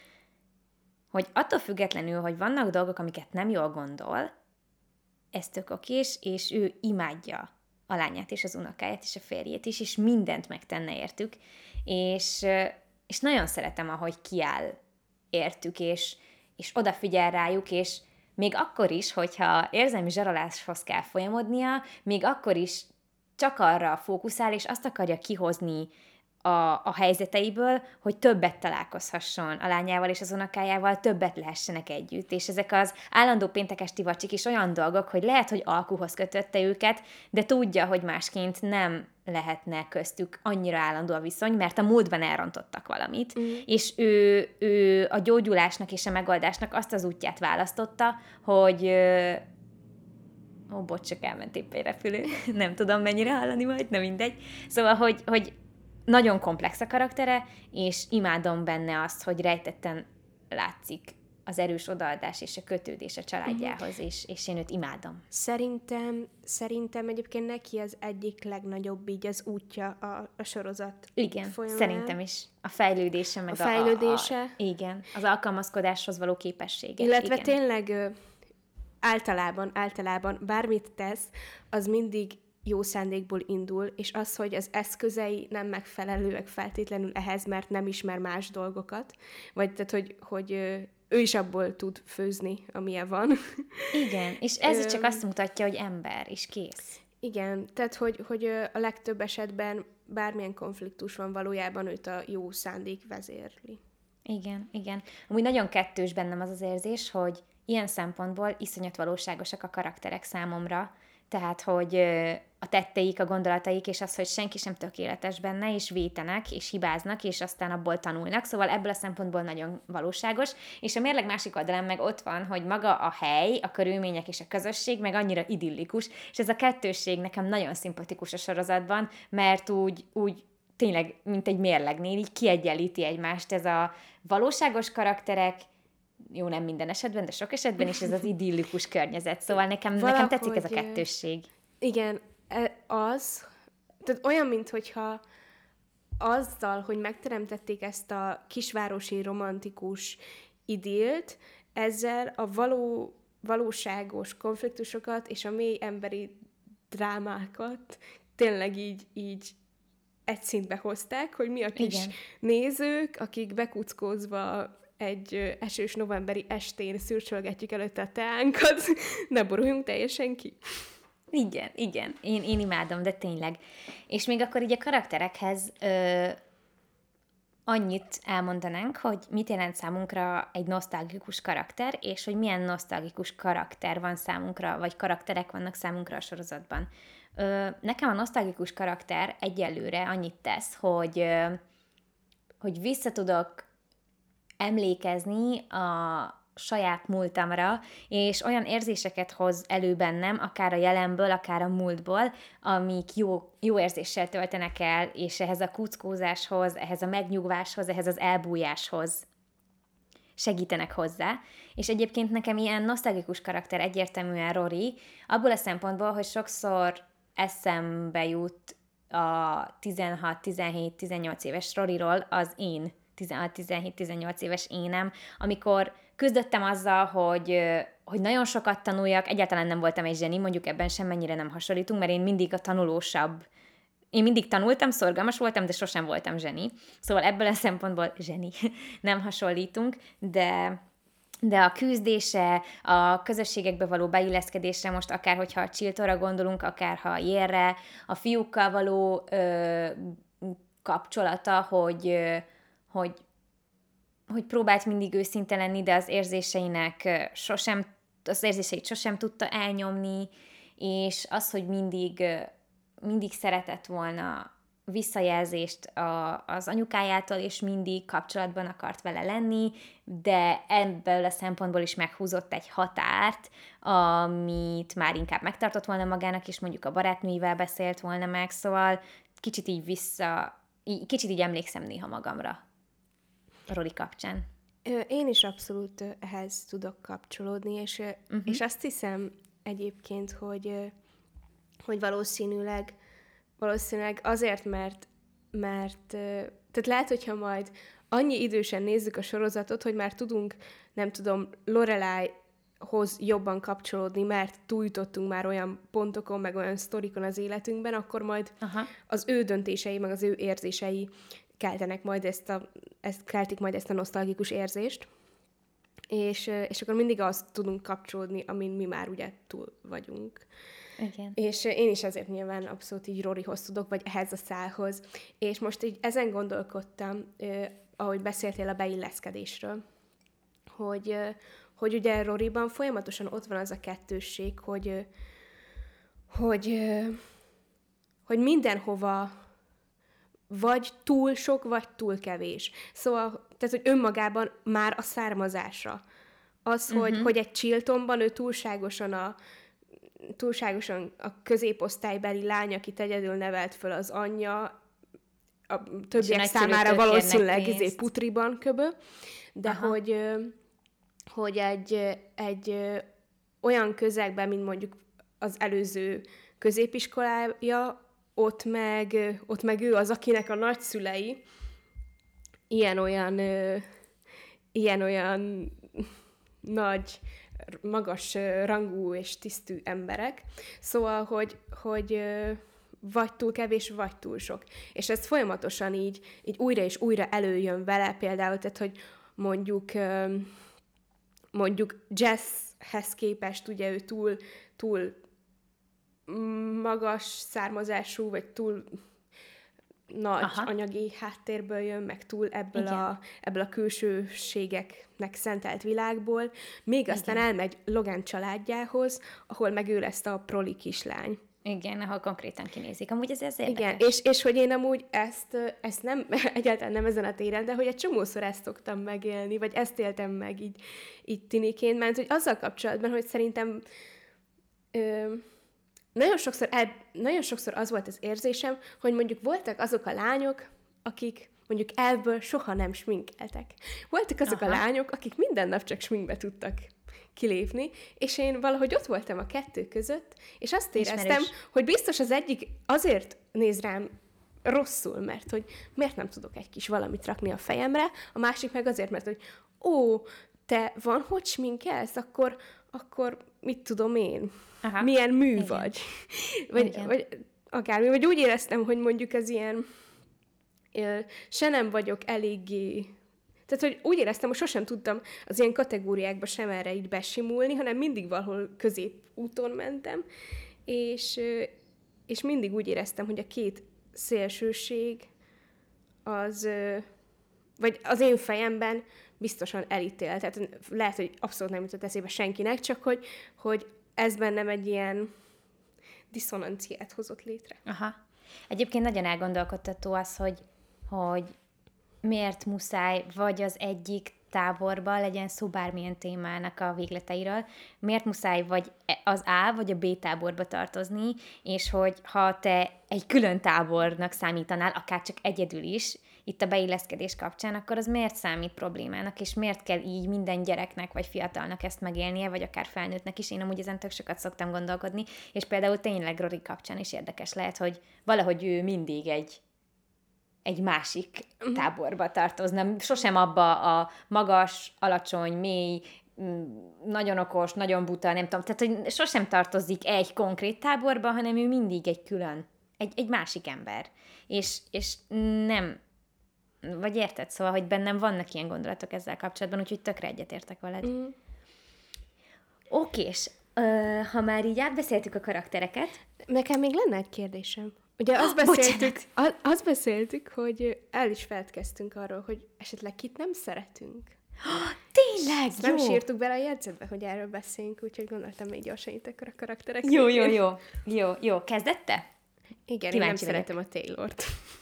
attól függetlenül, hogy vannak dolgok, amiket nem jól gondol, ez tök okés, és ő imádja a lányát és az unokáját és a férjét is, és mindent megtenne értük, és nagyon szeretem, ahogy kiáll értük, és odafigyel rájuk, és még akkor is, hogyha érzelmi zsaroláshoz kell folyamodnia, még akkor is csak arra fókuszál, és azt akarja kihozni a helyzeteiből, hogy többet találkozhasson a lányával és az unokájával, többet lehessenek együtt. És ezek az állandó péntekes tivacsik is olyan dolgok, hogy lehet, hogy alkuhoz kötötte őket, de tudja, hogy másként nem lehetne köztük annyira állandó a viszony, mert a múltban elrontottak valamit, és ő a gyógyulásnak és a megoldásnak azt az útját választotta, hogy... bocs, csak elment épp egy repülő. Nem tudom, mennyire hallani majd, de mindegy. Szóval, hogy nagyon komplex a karaktere, és imádom benne azt, hogy rejtetten látszik az erős odaadás és a kötődés a családjához, és én őt imádom. Szerintem egyébként neki az egyik legnagyobb így az útja a sorozat. Igen, folyamán. Szerintem is. A fejlődése, meg a fejlődése. Igen, az alkalmazkodáshoz való képessége. Illetve igen. tényleg általában bármit tesz, az mindig jó szándékból indul, és az, hogy az eszközei nem megfelelőek feltétlenül ehhez, mert nem ismer más dolgokat, vagy tehát, hogy ő is abból tud főzni, amilyen van. Igen, és ez csak azt mutatja, hogy ember, és kész. Igen, tehát hogy a legtöbb esetben bármilyen konfliktus van, valójában őt a jó szándék vezérli. Igen, igen. Amúgy nagyon kettős bennem az az érzés, hogy ilyen szempontból iszonyat valóságosak a karakterek számomra, tehát, hogy a tetteik, a gondolataik, és az, hogy senki sem tökéletes benne, és vétenek, és hibáznak, és aztán abból tanulnak, szóval ebből a szempontból nagyon valóságos, és a mérleg másik oldalán meg ott van, hogy maga a hely, a körülmények és a közösség meg annyira idillikus, és ez a kettősség nekem nagyon szimpatikus a sorozatban, mert úgy tényleg, mint egy mérlegnél, így kiegyenlíti egymást ez a valóságos karakterek, jó, nem minden esetben, de sok esetben is ez az idillikus környezet. Szóval nekem tetszik ez a kettősség. Igen, tehát olyan, minthogyha azzal, hogy megteremtették ezt a kisvárosi romantikus idillt, ezzel a valóságos konfliktusokat és a mély emberi drámákat tényleg így egy szintbe hozták, hogy mi a kis nézők, akik bekuckózva egy esős novemberi estén szürcsölgetjük előtte a teánkat, ne boruljunk teljesen ki. Igen. Én imádom, de tényleg. És még akkor így a karakterekhez annyit elmondanánk, hogy mit jelent számunkra egy nosztalgikus karakter, és hogy milyen nosztalgikus karakter van számunkra, vagy karakterek vannak számunkra a sorozatban. Nekem a nosztalgikus karakter egyelőre annyit tesz, hogy vissza tudok emlékezni a saját múltamra, és olyan érzéseket hoz elő bennem, akár a jelenből, akár a múltból, amik jó érzéssel töltenek el, és ehhez a kuckózáshoz, ehhez a megnyugváshoz, ehhez az elbújáshoz segítenek hozzá. És egyébként nekem ilyen nosztalgikus karakter egyértelműen Rory, abból a szempontból, hogy sokszor eszembe jut a 16-17-18 éves Roryról az én 16-17-18 éves énem, amikor küzdöttem azzal, hogy nagyon sokat tanuljak, egyáltalán nem voltam egy zseni, mondjuk ebben semmennyire nem hasonlítunk, mert én mindig a tanulósabb. Én mindig tanultam, szorgalmas voltam, de sosem voltam zseni. Szóval ebből a szempontból zseni nem hasonlítunk, de a küzdése, a közösségekbe való beilleszkedésre, most akár hogyha a Chiltonra gondolunk, akár ha a Jérre, a fiúkkal való kapcsolata, hogy próbált mindig őszinte lenni, de az érzéseit sosem tudta elnyomni, és az, hogy mindig szeretett volna visszajelzést az anyukájától, és mindig kapcsolatban akart vele lenni, de ebből a szempontból is meghúzott egy határt, amit már inkább megtartott volna magának, és mondjuk a barátnőivel beszélt volna meg, szóval kicsit így emlékszem néha magamra a Rory kapcsán. Én is abszolút ehhez tudok kapcsolódni, és azt hiszem egyébként, hogy valószínűleg azért, mert tehát lehet, hogyha majd annyi idősen nézzük a sorozatot, hogy már tudunk, nem tudom, Lorelaihoz jobban kapcsolódni, mert túljutottunk már olyan pontokon, meg olyan sztorikon az életünkben, akkor majd az ő döntései, meg az ő érzései keltik majd ezt a nosztalgikus érzést, és akkor mindig azt tudunk kapcsolódni, amin mi már ugye túl vagyunk. Igen. És én is azért nyilván abszolút így Roryhoz tudok, vagy ehhez a szálhoz. És most így ezen gondolkodtam, ahogy beszéltél a beilleszkedésről, hogy ugye Roryban folyamatosan ott van az a kettősség, hogy mindenhova vagy túl sok, vagy túl kevés. Szóval, tehát, hogy önmagában már a származása. Az, hogy egy Chiltonban ő túlságosan a középosztálybeli lány, akit egyedül nevelt föl az anyja, a többiek számára valószínűleg putriban köbö, de hogy egy olyan közegben, mint mondjuk az előző középiskolája, ott meg ő az, akinek a nagyszülei ilyen-olyan nagy magas rangú és tisztű emberek. Szóval, hogy vagy túl kevés, vagy túl sok. És ez folyamatosan így újra és újra előjön vele, például, tehát, hogy mondjuk jazzhez képest ugye ő túl magas származású, vagy túl nagy anyagi háttérből jön, meg túl ebből a külsőségeknek szentelt világból, még aztán elmegy Logan családjához, ahol meg ő lesz a proli kislány. Igen, ahol konkrétan kinézik. Amúgy ez érdekes. Igen, és hogy én amúgy ezt nem, egyáltalán nem ezen a téren, de hogy egy csomószor ezt szoktam megélni, vagy ezt éltem meg így tiniként, mert hogy azzal kapcsolatban, hogy szerintem nagyon sokszor az volt az érzésem, hogy mondjuk voltak azok a lányok, akik mondjuk elvből soha nem sminkeltek. Voltak azok a lányok, akik minden nap csak sminkbe tudtak kilépni, és én valahogy ott voltam a kettő között, és azt éreztem, hogy biztos az egyik azért néz rám rosszul, mert hogy miért nem tudok egy kis valamit rakni a fejemre, a másik meg azért, mert hogy te van, hogy sminkelsz, akkor mit tudom én, milyen mű vagy. Vagy akármi, vagy úgy éreztem, hogy mondjuk az ilyen se nem vagyok eléggé. Tehát, hogy úgy éreztem, hogy sosem tudtam az ilyen kategóriákba sem erre így besimulni, hanem mindig valahol középúton mentem, és mindig úgy éreztem, hogy a két szélsőség az, vagy az én fejemben biztosan elítél. Tehát lehet, hogy abszolút nem jutott eszébe senkinek, csak hogy ez bennem egy ilyen diszonanciát hozott létre. Aha. Egyébként nagyon elgondolkodtató az, hogy miért muszáj vagy az egyik táborba legyen szó bármilyen témának a végleteiről, miért muszáj vagy az A vagy a B táborba tartozni, és hogy ha te egy külön tábornak számítanál, akár csak egyedül is, itt a beilleszkedés kapcsán, akkor az miért számít problémának, és miért kell így minden gyereknek vagy fiatalnak ezt megélnie, vagy akár felnőttnek is. Én amúgy ezen tök sokat szoktam gondolkodni, és például tényleg Rory kapcsán is érdekes lehet, hogy valahogy ő mindig egy másik táborba tartozna. Sosem abba a magas, alacsony, mély, nagyon okos, nagyon buta, nem tudom. Tehát, hogy sosem tartozik egy konkrét táborba, hanem ő mindig egy külön, egy másik ember. És nem, vagy érted? Szóval, hogy bennem vannak ilyen gondolatok ezzel kapcsolatban, úgyhogy tökre egyetértek veled. Okés. Ha már így átbeszéltük a karaktereket... Nekem még lenne egy kérdésem. Ugye azt beszéltük, hogy el is feledkeztünk arról, hogy esetleg kit nem szeretünk. Tényleg? Ezt nem sírtuk bele a jegyzetbe, hogy erről beszéljünk, úgyhogy gondoltam még gyorsan itt akkor a karakterek. Jó. Kezdett te? Igen, én nem szeretem a Taylort.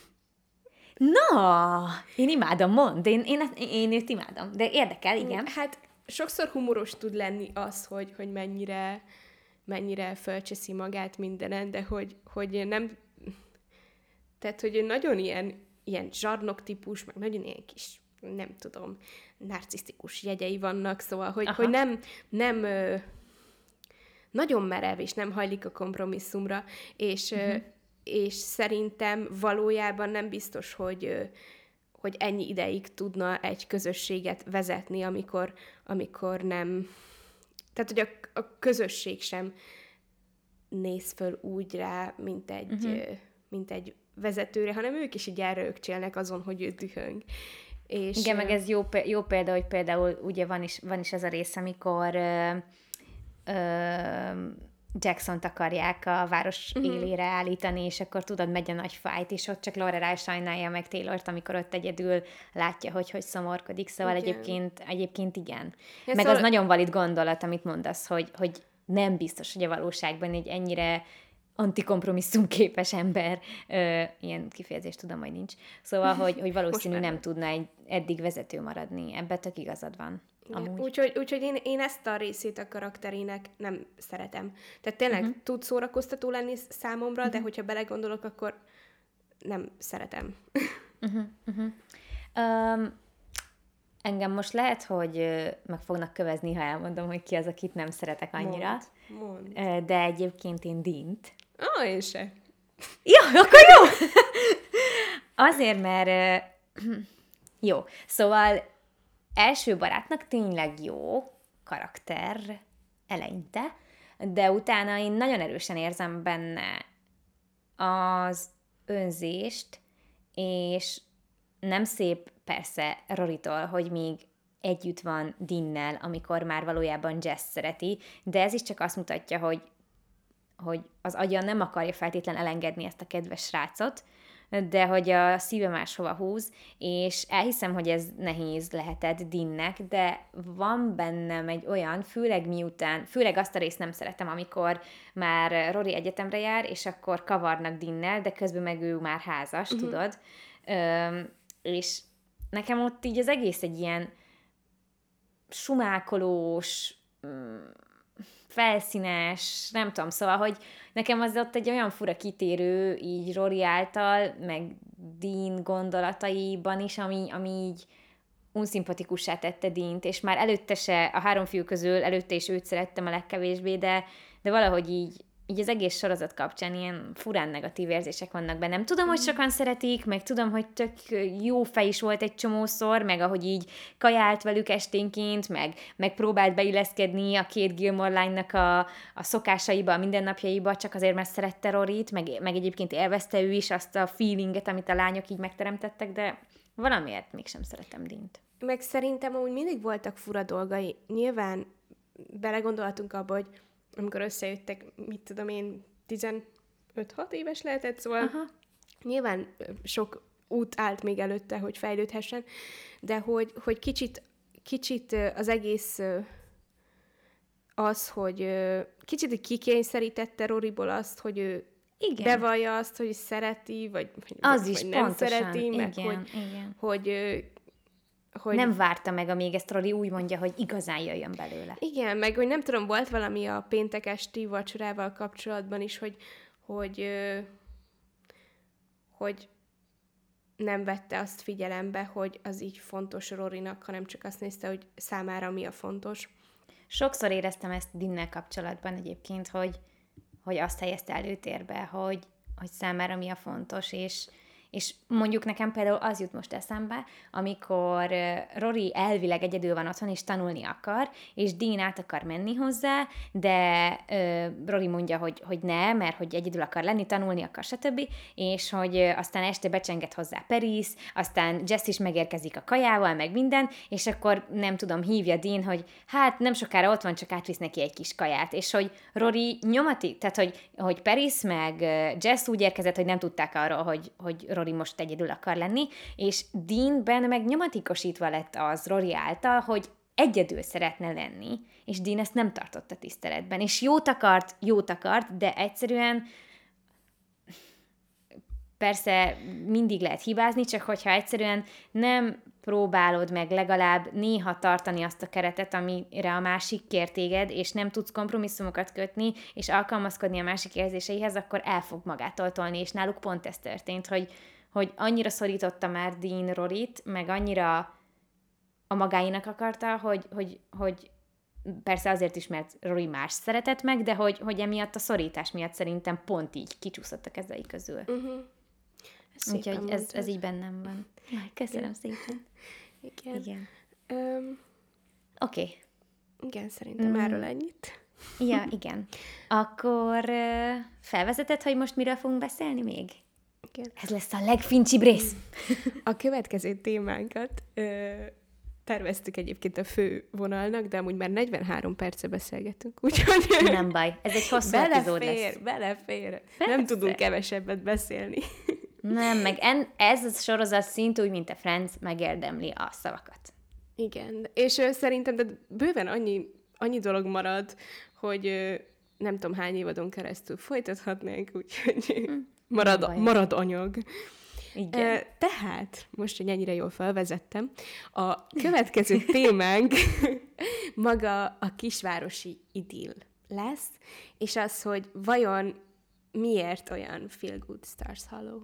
Na, én imádom, mondd. Én őt imádom, de érdekel, igen. Hát sokszor humoros tud lenni az, hogy mennyire fölcseszi magát mindenen, de hogy nem... Tehát, hogy nagyon ilyen zsarnok típus, meg nagyon ilyen kis, nem tudom, narcisztikus jegyei vannak, szóval, hogy nem nagyon merev, és nem hajlik a kompromisszumra, és szerintem valójában nem biztos, hogy ennyi ideig tudna egy közösséget vezetni, amikor nem... Tehát, hogy a közösség sem néz föl úgy rá, mint egy vezetőre, hanem ők is így elrögcsélnek azon, hogy ő dühöng. És igen, meg ez jó példa, hogy például ugye van is ez a rész, amikor Jacksont akarják a város élére állítani, és akkor tudod, megy a nagy fight, és ott csak Lorelai sajnálja meg Taylort, amikor ott egyedül látja, hogy szomorkodik, szóval egyébként igen. Ja, meg szóval... az nagyon valid gondolat, amit mondasz, hogy nem biztos, hogy a valóságban egy ennyire antikompromisszumképes ember, ilyen kifejezést tudom, hogy nincs. Szóval, hogy valószínű nem tudna eddig vezető maradni. Ebben tök igazad van. Úgyhogy én ezt a részét a karakterének nem szeretem. Tehát tényleg tud szórakoztató lenni számomra, de hogyha belegondolok, akkor nem szeretem. Engem most lehet, hogy meg fognak kövezni, ha elmondom, hogy ki az, akit nem szeretek annyira. Mondd. De egyébként én Deant. Én se. Jó, akkor jó! Azért, mert... jó, szóval első barátnak tényleg jó, karakter eleinte, de utána én nagyon erősen érzem benne az önzést, és nem szép persze Rorytól, hogy még együtt van Deannel, amikor már valójában Jess szereti, de ez is csak azt mutatja, hogy az agya nem akarja feltétlen elengedni ezt a kedves srácot, de hogy a szíve máshova húz, és elhiszem, hogy ez nehéz lehetett Deannek, de van bennem egy olyan, főleg azt a részt nem szeretem, amikor már Rory egyetemre jár, és akkor kavarnak Deannel, de közben meg ő már házas, tudod? És nekem ott így az egész egy ilyen sumákolós, felszínes, nem tudom, szóval, hogy nekem az ott egy olyan fura kitérő így Rory által, meg Dean gondolataiban is, ami így unszimpatikussá tette Deant, és már előtte se, a 3 fiú közül előtte is őt szerettem a legkevésbé, de valahogy így az egész sorozat kapcsán ilyen furán negatív érzések vannak bennem. Tudom, hogy sokan szeretik, meg tudom, hogy tök jó fej is volt egy csomószor, meg ahogy így kajált velük esténként, meg próbált beilleszkedni a 2 Gilmore lánynak a szokásaiba, a mindennapjaiba, csak azért, mert szerette Roryt, meg egyébként élvezte ő is azt a feelinget, amit a lányok így megteremtettek, de valamiért mégsem szeretem Deant. Meg szerintem amúgy mindig voltak fura dolgai. Nyilván belegondolhatunk abba, hogy amikor összejöttek, mit tudom én, 15-6 éves lehetett, szóval nyilván sok út állt még előtte, hogy fejlődhessen, de hogy kicsit az egész az, hogy kicsit kikényszerítette Roryból azt, hogy ő bevallja azt, hogy szereti, vagy nem pontosan, szereti, meg hogy nem várta meg, amíg ezt Rory úgy mondja, hogy igazán jöjjön belőle. Igen, meg hogy nem tudom, volt valami a péntek esti vacsorával kapcsolatban is, hogy nem vette azt figyelembe, hogy az így fontos Rorynak, hanem csak azt nézte, hogy számára mi a fontos. Sokszor éreztem ezt Deannel kapcsolatban egyébként, hogy azt helyezte előtérbe, hogy számára mi a fontos, és mondjuk nekem például az jut most eszembe, amikor Rory elvileg egyedül van otthon, és tanulni akar, és Dean át akar menni hozzá, de Rory mondja, hogy ne, mert hogy egyedül akar lenni, tanulni akar, stb., és hogy aztán este becsenget hozzá Paris, aztán Jess is megérkezik a kajával, meg minden, és akkor nem tudom, hívja Dean, hogy hát nem sokára ott van, csak átvisz neki egy kis kaját, és hogy Rory nyomati, tehát hogy Paris meg Jess úgy érkezett, hogy nem tudták arról, hogy Rory most egyedül akar lenni, és Deanben meg nyomatékosítva lett az Rory által, hogy egyedül szeretne lenni, és Dean ezt nem tartotta tiszteletben, és jót akart, de egyszerűen persze mindig lehet hibázni, csak hogyha egyszerűen nem próbálod meg legalább néha tartani azt a keretet, amire a másik kér téged, és nem tudsz kompromisszumokat kötni, és alkalmazkodni a másik érzéseihez, akkor el fog magától tolni, és náluk pont ez történt, hogy annyira szorította már Dean Roryt, meg annyira a magáinak akarta, hogy persze azért is, mert Rory más szeretett meg, de hogy emiatt a szorítás miatt szerintem pont így kicsúszott a kezei közül. Úgyhogy ez így bennem van. Köszönöm szépen. Igen. Oké. Igen, szerintem erről ennyit. Ja, igen. Akkor felvezeted, hogy most miről fogunk beszélni még? Igen. Ez lesz a legfincsibb rész. A következő témánkat terveztük egyébként a fő vonalnak, de amúgy már 43 perce beszélgetünk, úgyhogy... Nem baj, ez egy hosszú epizód lesz. Belefér. Nem tudunk kevesebbet beszélni. Nem, meg ez a sorozat szint úgy, mint a Friends, megérdemli a szavakat. Igen, és szerintem de bőven annyi dolog marad, hogy nem tudom hány évadon keresztül folytathatnánk, úgyhogy marad anyag. Igen. Tehát, most, hogy ennyire jól felvezettem, a következő témánk maga a kisvárosi idill lesz, és az, hogy vajon miért olyan Feel Good Stars Hollow.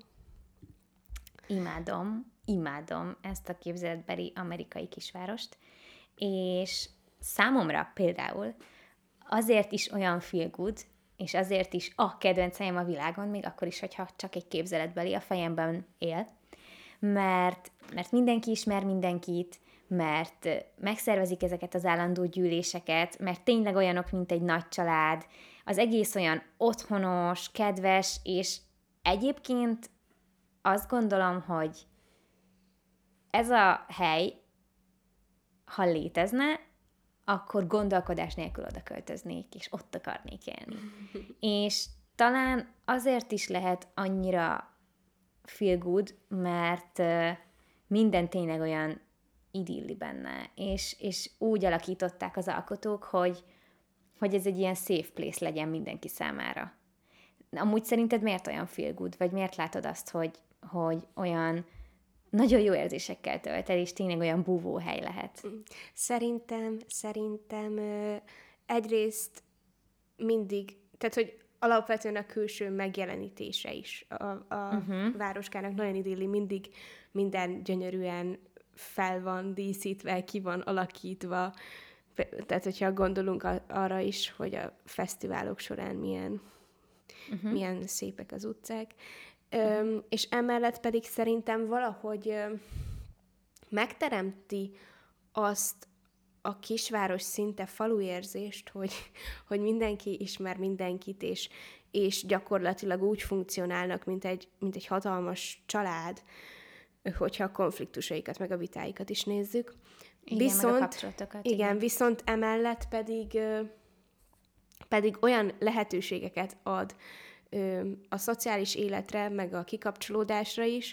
Imádom ezt a képzeletbeli amerikai kisvárost, és számomra például azért is olyan feel good, és azért is a kedvenc helyem a világon, még akkor is, hogyha csak egy képzeletbeli a fejemben él, mert mindenki ismer mindenkit, mert megszervezik ezeket az állandó gyűléseket, mert tényleg olyanok, mint egy nagy család, az egész olyan otthonos, kedves, és egyébként azt gondolom, hogy ez a hely, ha létezne, akkor gondolkodás nélkül oda költöznék, és ott akarnék élni. És talán azért is lehet annyira feel good, mert minden tényleg olyan idilli benne, és úgy alakították az alkotók, hogy ez egy ilyen safe place legyen mindenki számára. Amúgy szerinted miért olyan feel good, vagy miért látod azt, hogy olyan nagyon jó érzésekkel tölt el, és tényleg olyan búvóhely lehet? Szerintem egyrészt mindig, tehát hogy alapvetően a külső megjelenítése is a városkának nagyon idilli, mindig minden gyönyörűen fel van díszítve, ki van alakítva, tehát hogyha gondolunk arra is, hogy a fesztiválok során milyen szépek az utcák, és emellett pedig szerintem valahogy megteremti azt a kisváros szinte faluérzést, hogy mindenki ismer mindenkit, és gyakorlatilag úgy funkcionálnak, mint egy hatalmas család, hogyha a konfliktusaikat, meg a vitáikat is nézzük. Igen, meg a kapcsolatokat. Igen, viszont emellett pedig olyan lehetőségeket ad a szociális életre, meg a kikapcsolódásra is,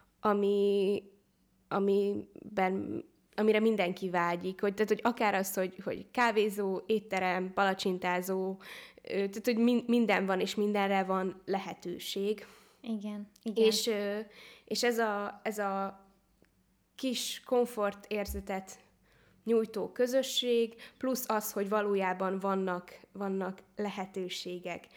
amire mindenki vágyik. Tehát, hogy akár az, hogy kávézó, étterem, palacsintázó, tehát, hogy minden van, és mindenre van lehetőség. Igen. És ez a kis komfortérzetet nyújtó közösség, plusz az, hogy valójában vannak lehetőségek,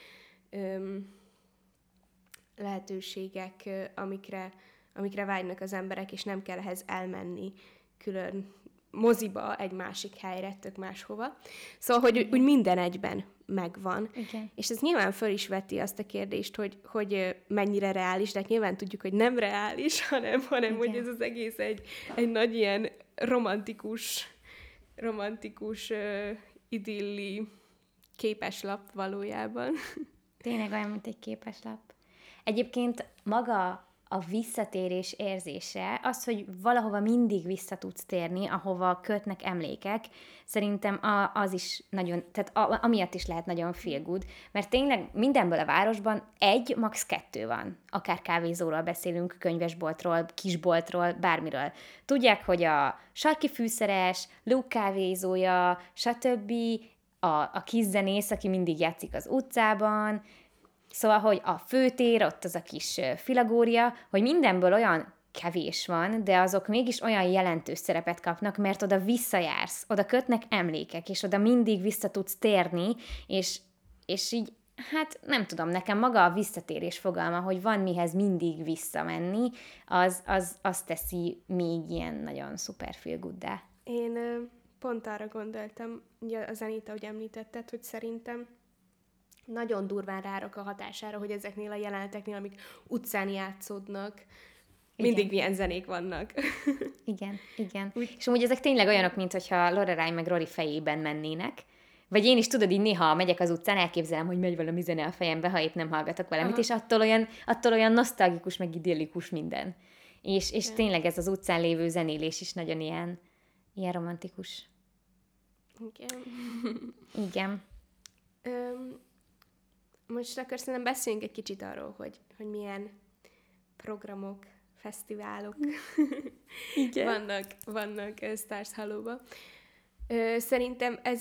amikre vágynak az emberek, és nem kell ehhez elmenni külön moziba, egy másik helyre, tök máshova. Szóval, hogy úgy minden egyben megvan. Igen. És ez nyilván föl is veti azt a kérdést, hogy mennyire reális, de nyilván tudjuk, hogy nem reális, hanem hogy ez az egész egy nagy ilyen romantikus idilli képeslap valójában. Tényleg olyan, mint egy képeslap. Egyébként maga a visszatérés érzése, az, hogy valahova mindig vissza tudsz térni, ahova kötnek emlékek, szerintem az is nagyon, tehát amiatt is lehet nagyon feel good, mert tényleg mindenből a városban max. 2 van. Akár kávézóról beszélünk, könyvesboltról, kisboltról, bármiről. Tudják, hogy a sarki fűszeres, Luke kávézója, stb., a kis zenész, aki mindig játszik az utcában, szóval, hogy a főtér, ott az a kis filagória, hogy mindenből olyan kevés van, de azok mégis olyan jelentős szerepet kapnak, mert oda visszajársz, oda kötnek emlékek, és oda mindig vissza tudsz térni, és így, hát nem tudom, nekem maga a visszatérés fogalma, hogy van mihez mindig visszamenni, az teszi még ilyen nagyon szuper feel good-dá. Én pont arra gondoltam, ugye az Anita, hogy említetted, hogy szerintem nagyon durván rárak a hatására, hogy ezeknél a jeleneteknél, amik utcán játszódnak, mindig milyen zenék vannak. Igen. És amúgy ezek tényleg olyanok, mint hogyha Lorelai meg Rory fejében mennének. Vagy én is, tudod, így néha megyek az utcán, elképzelem, hogy megy valami zene a fejembe, ha épp nem hallgatok valamit, és attól olyan nosztalgikus, meg idillikus minden. És tényleg ez az utcán lévő zenélés is nagyon ilyen romantikus. Igen. Most akkor szerintem beszéljünk egy kicsit arról, hogy milyen programok, fesztiválok vannak Stars Hollow-ba. Szerintem ez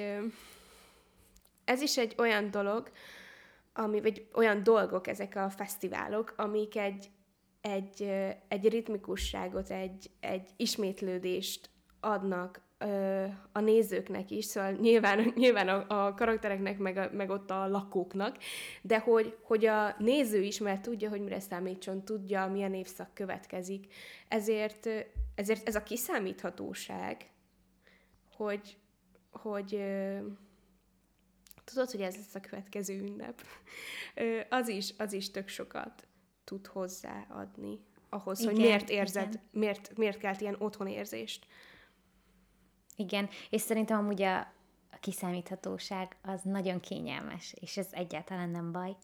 is egy olyan dolog, vagy olyan dolgok ezek a fesztiválok, amik egy ritmikusságot, egy ismétlődést adnak a nézőknek is, szóval nyilván a karaktereknek, meg ott a lakóknak, de hogy a néző is, mert tudja, hogy mire számítson, tudja, milyen évszak következik. Ezért ez a kiszámíthatóság, hogy tudod, hogy ez lesz a következő ünnep, az is tök sokat tud hozzáadni ahhoz, hogy miért érzed, miért kelt ilyen otthonérzést Igen, és szerintem amúgy a kiszámíthatóság az nagyon kényelmes, és ez egyáltalán nem baj.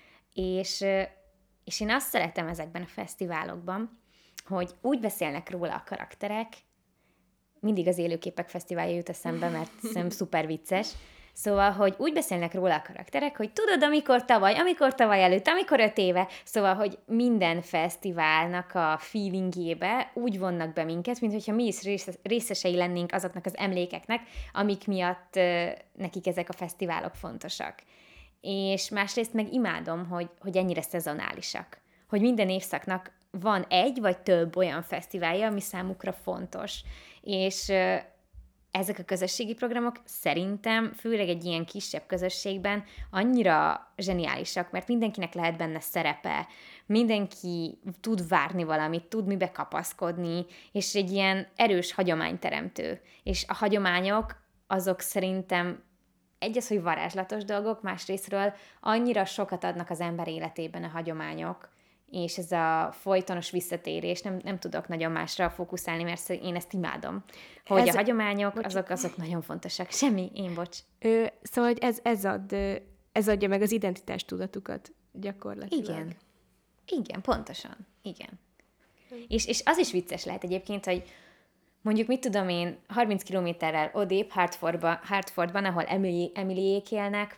És én azt szeretem ezekben a fesztiválokban, hogy úgy beszélnek róla a karakterek, mindig az Élőképek Fesztiválja jut eszembe, mert szerintem szuper vicces, szóval, hogy úgy beszélnek róla a karakterek, hogy tudod, amikor tavaly előtt, amikor 5 éve, szóval, hogy minden fesztiválnak a feelingjébe úgy vonnak be minket, mint hogyha mi is részesei lennénk azoknak az emlékeknek, amik miatt nekik ezek a fesztiválok fontosak. És másrészt meg imádom, hogy ennyire szezonálisak. Hogy minden évszaknak van egy vagy több olyan fesztiválja, ami számukra fontos. És ezek a közösségi programok szerintem, főleg egy ilyen kisebb közösségben annyira zseniálisak, mert mindenkinek lehet benne szerepe, mindenki tud várni valamit, tud mibe kapaszkodni, és egy ilyen erős hagyományteremtő. És a hagyományok azok szerintem az, hogy varázslatos dolgok, másrésztről annyira sokat adnak az ember életében a hagyományok, és ez a folytonos visszatérés, nem tudok nagyon másra fókuszálni, mert én ezt imádom. Hogy a hagyományok, azok nagyon fontosak. Semmi, én bocs. Szóval, hogy ez adja meg az identitás tudatukat gyakorlatilag. Igen, pontosan. Igen. És az is vicces lehet egyébként, hogy mondjuk, mit tudom én, 30 kilométerrel odébb Hartfordban, ahol Emilyék élnek,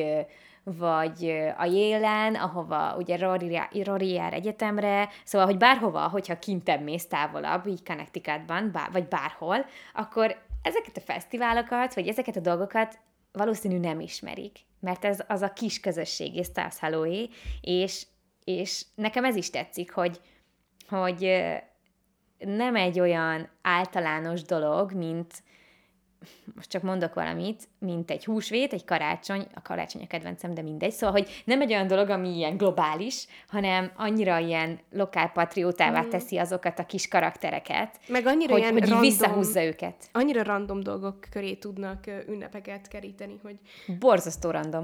vagy a Yale-en, ahova ugye Rory jár egyetemre, szóval, hogy bárhova, hogyha kintebb mész távolabb, így Connecticutban, vagy bárhol, akkor ezeket a fesztiválokat, vagy ezeket a dolgokat valószínű nem ismerik, mert ez az a kis közösség, Stars Hollow-é, és nekem ez is tetszik, hogy nem egy olyan általános dolog, mint most csak mondok valamit, mint egy húsvét, egy karácsony, a karácsony a kedvencem, de mindegy, szóval, hogy nem egy olyan dolog, ami ilyen globális, hanem annyira ilyen lokálpatriótává teszi azokat a kis karaktereket, meg annyira hogy random, visszahúzza őket. Annyira random dolgok köré tudnak ünnepeket keríteni, hogy... Borzasztó random.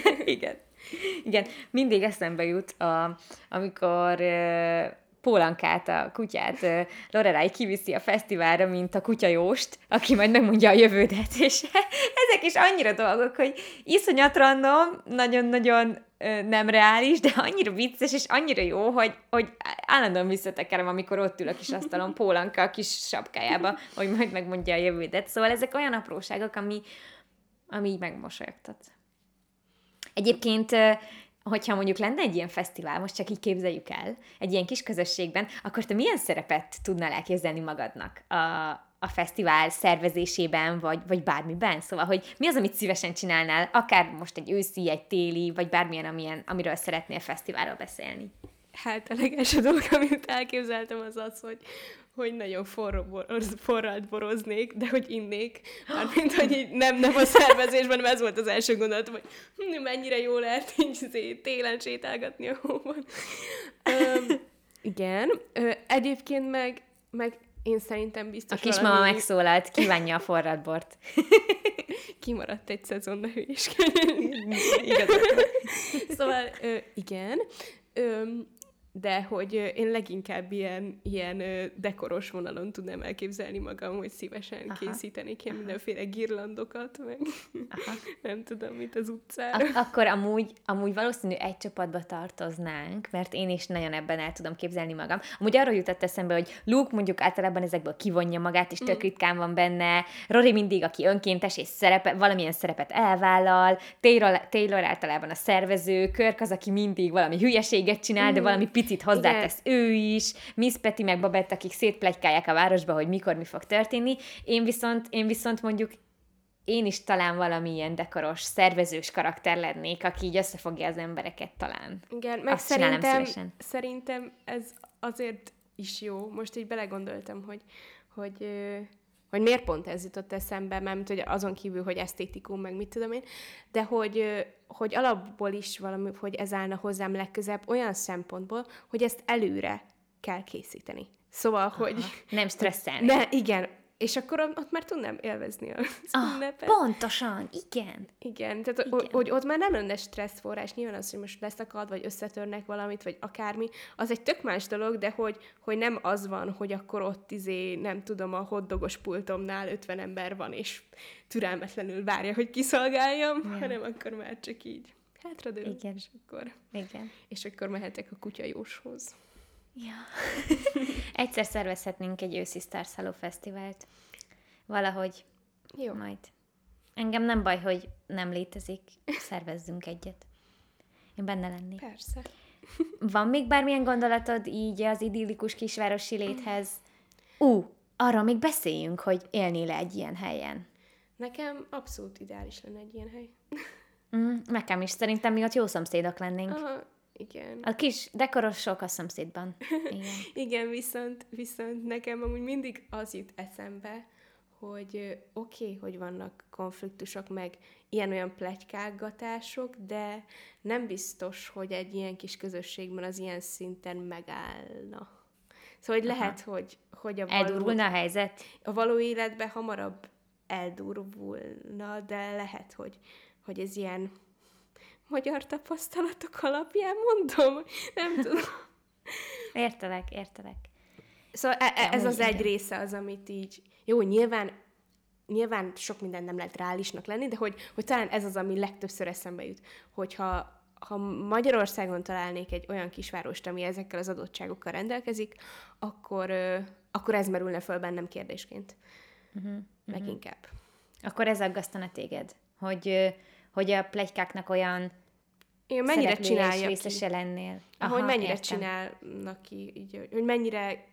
Igen. Mindig eszembe jut, amikor... Pólankát, a kutyát Lorelai kiviszi a fesztiválra, mint a kutyajóst, aki majd megmondja a jövődet, és ezek is annyira dolgok, hogy iszonyat random, nagyon-nagyon nem reális, de annyira vicces, és annyira jó, hogy állandóan visszatekerem, amikor ott ül a kis asztalon Pólanka a kis sapkájába, hogy majd megmondja a jövődet. Szóval ezek olyan apróságok, ami így megmosolyogtat. Egyébként hogyha mondjuk lenne egy ilyen fesztivál, most csak így képzeljük el, egy ilyen kis közösségben, akkor te milyen szerepet tudnál elképzelni magadnak a fesztivál szervezésében, vagy bármiben? Szóval, hogy mi az, amit szívesen csinálnál, akár most egy őszi, egy téli, vagy bármilyen, amiről szeretnél fesztiválról beszélni? Hát a legelső dolog, amit elképzeltem, az, hogy nagyon forralt boroznék, de hogy innék. Mármint, hogy így nem a szervezésben, nem ez volt az első gondolat, hogy mennyire jó lehet így télen sétálgatni a hóban. Igen. Egyébként meg én szerintem biztos a kismama megszólalt, kívánja a forralt bort. Kimaradt egy szezon, ne hülyés. Szóval igen. De hogy én leginkább ilyen dekoros vonalon tudnám elképzelni magam, hogy szívesen készítenék ilyen mindenféle girlandokat, meg nem tudom, mit az utcára. Akkor amúgy valószínű egy csapatba tartoznánk, mert én is nagyon ebben el tudom képzelni magam. Amúgy arról jutott eszembe, hogy Luke mondjuk általában ezekből kivonja magát, és tök ritkán van benne, Rory mindig, aki önkéntes, és valamilyen szerepet elvállal, Taylor általában a szervező, Kirk az, aki mindig valami hülyeséget csinál, de valami picit hozzátesz ő is, Miss Petty meg Babette, akik szétpletykálják a városba, hogy mikor mi fog történni. Én viszont mondjuk én is talán valamilyen dekoros, szervezős karakter lennék, aki így összefogja az embereket talán. Igen, meg szerintem ez azért is jó. Most így belegondoltam, hogy miért pont ez jutott eszembe, mert hogy azon kívül, hogy esztétikum, meg mit tudom én, de hogy alapból is valami, hogy ez állna hozzám legközebb olyan szempontból, hogy ezt előre kell készíteni. Szóval, hogy... Nem stresszelni. Igen, És akkor ott már tudnám élvezni az ünnepet. Pontosan, igen. Igen, tehát hogy ott már nem lenne stresszforrás, nyilván az, hogy most leszakad, vagy összetörnek valamit, vagy akármi, az egy tök más dolog, de hogy nem az van, hogy akkor ott nem tudom, a hotdogos pultomnál 50 ember van, és türelmetlenül várja, hogy kiszolgáljam, hanem akkor már csak így hátradől, igen. És akkor mehetek a kutyajóshoz. Ja. Egyszer szervezhetnénk egy őszi Stars Hollow Fesztivált. Valahogy. Jó. Majd. Engem nem baj, hogy nem létezik. Szervezzünk egyet. Én benne lennék. Persze. Van még bármilyen gondolatod így az idillikus kisvárosi léthez? Arra még beszéljünk, hogy élnél egy ilyen helyen. Nekem abszolút ideális lenne egy ilyen hely. Nekem is. Szerintem mi ott jó szomszédok lennénk. Aha, igen. A kis dekorosok a szomszédban. Igen. Igen, viszont nekem amúgy mindig az jut eszembe, hogy oké, hogy vannak konfliktusok, meg ilyen-olyan pletykálgatások, de nem biztos, hogy egy ilyen kis közösségben az ilyen szinten megállna. Szóval hogy lehet, hogy eldurvulna a helyzet? A való életben hamarabb eldurvulna, de lehet, hogy ez ilyen magyar tapasztalatok alapján mondom. Nem tudom. Értelek. Szóval ez az egy része az, amit így... Jó, nyilván sok minden nem lehet reálisnak lenni, de hogy talán ez az, ami legtöbbször eszembe jut. Hogyha Magyarországon találnék egy olyan kisvárost, ami ezekkel az adottságokkal rendelkezik, akkor ez merülne föl bennem kérdésként. Leginkább. Akkor ez aggasztana téged, hogy a pletykáknak olyan mennyire csinálja részese lennél. Hogy mennyire csinálnak ki, így, hogy mennyire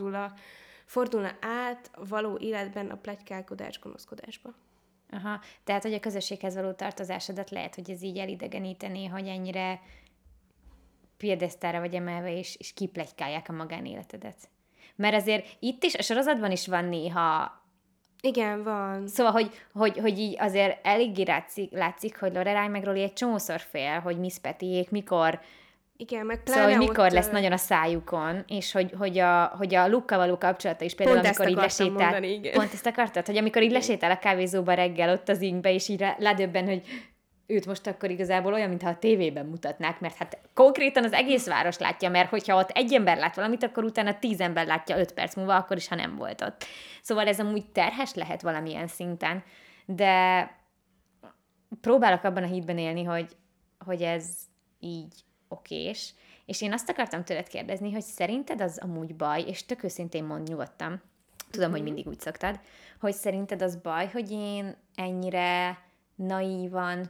fordulna át a való életben a pletykálkodás gonoszkodásba. Aha, tehát, hogy a közösséghez való tartozásodat lehet, hogy ez így elidegenítené, hogy ennyire piedesztára vagy emelve, és kipletykálják a magánéletedet. Mert azért itt is, a sorozatban is van néha... Igen, van. Szóval, hogy így azért eléggé látszik, hogy Lorelai meg Rolly egy csomószor fél, hogy Miss Pettyék mikor... Igen, meg szóval, hogy mikor lesz nagyon a szájukon, és hogy a Luke-kal való kapcsolata is például, pont amikor így lesétál... Mondani, pont ezt akartad? Hogy amikor így lesétál a kávézóba reggel ott az ingbe, és így ledöbben, hogy őt most akkor igazából olyan, mintha a tévében mutatnák, mert hát konkrétan az egész város látja, mert hogyha ott egy ember lát valamit, akkor utána 10 ember látja 5 perc múlva, akkor is, ha nem volt ott. Szóval ez amúgy terhes lehet valamilyen szinten, de próbálok abban a hitben élni, hogy ez így okés. És én azt akartam tőled kérdezni, hogy szerinted az amúgy baj, és tök őszintén mond nyugodtan, tudom, hogy mindig úgy szoktad, hogy szerinted az baj, hogy én ennyire naívan,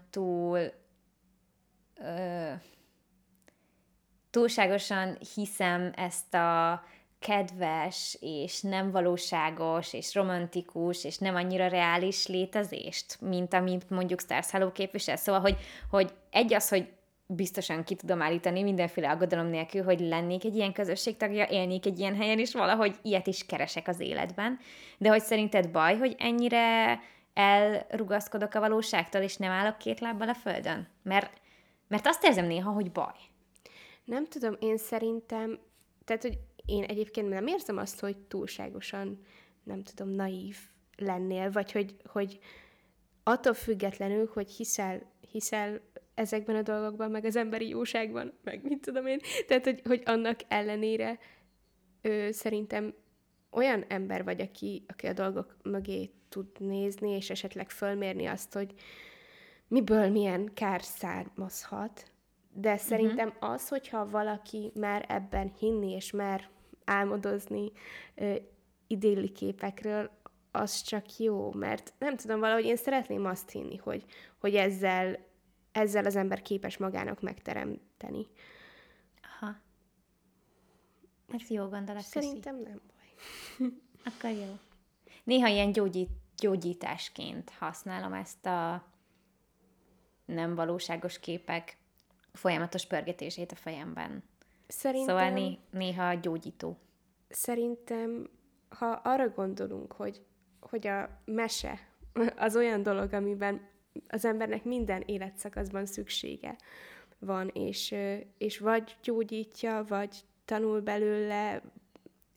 túlságosan hiszem ezt a kedves, és nem valóságos, és romantikus, és nem annyira reális létezést, mint amit mondjuk Stars Hollow képvisel. Szóval, hogy egy az, hogy biztosan ki tudom állítani mindenféle aggodalom nélkül, hogy lennék egy ilyen közösségtagja, élnék egy ilyen helyen, és valahogy ilyet is keresek az életben. De hogy szerinted baj, hogy ennyire elrugaszkodok a valóságtól, és nem állok két lábbal a földön? Mert azt érzem néha, hogy baj. Nem tudom, én szerintem, tehát, hogy én egyébként nem érzem azt, hogy túlságosan, nem tudom, naív lennél, vagy hogy attól függetlenül, hogy hiszel ezekben a dolgokban, meg az emberi jóságban, meg mit tudom én, tehát, hogy annak ellenére szerintem olyan ember vagy, aki a dolgok mögé tud nézni, és esetleg fölmérni azt, hogy miből milyen kár származhat. De szerintem az, hogyha valaki mer ebben hinni, és mer álmodozni idilli képekről, az csak jó, mert nem tudom, valahogy én szeretném azt hinni, hogy ezzel az ember képes magának megteremteni. Aha. Ez jó gondolat. Szerintem nem baj. Akkor jó. Néha ilyen gyógyításként használom ezt a nem valóságos képek folyamatos pörgetését a fejemben. Szerintem, szóval néha gyógyító. Szerintem, ha arra gondolunk, hogy a mese az olyan dolog, amiben az embernek minden életszakaszban szüksége van, és vagy gyógyítja, vagy tanul belőle,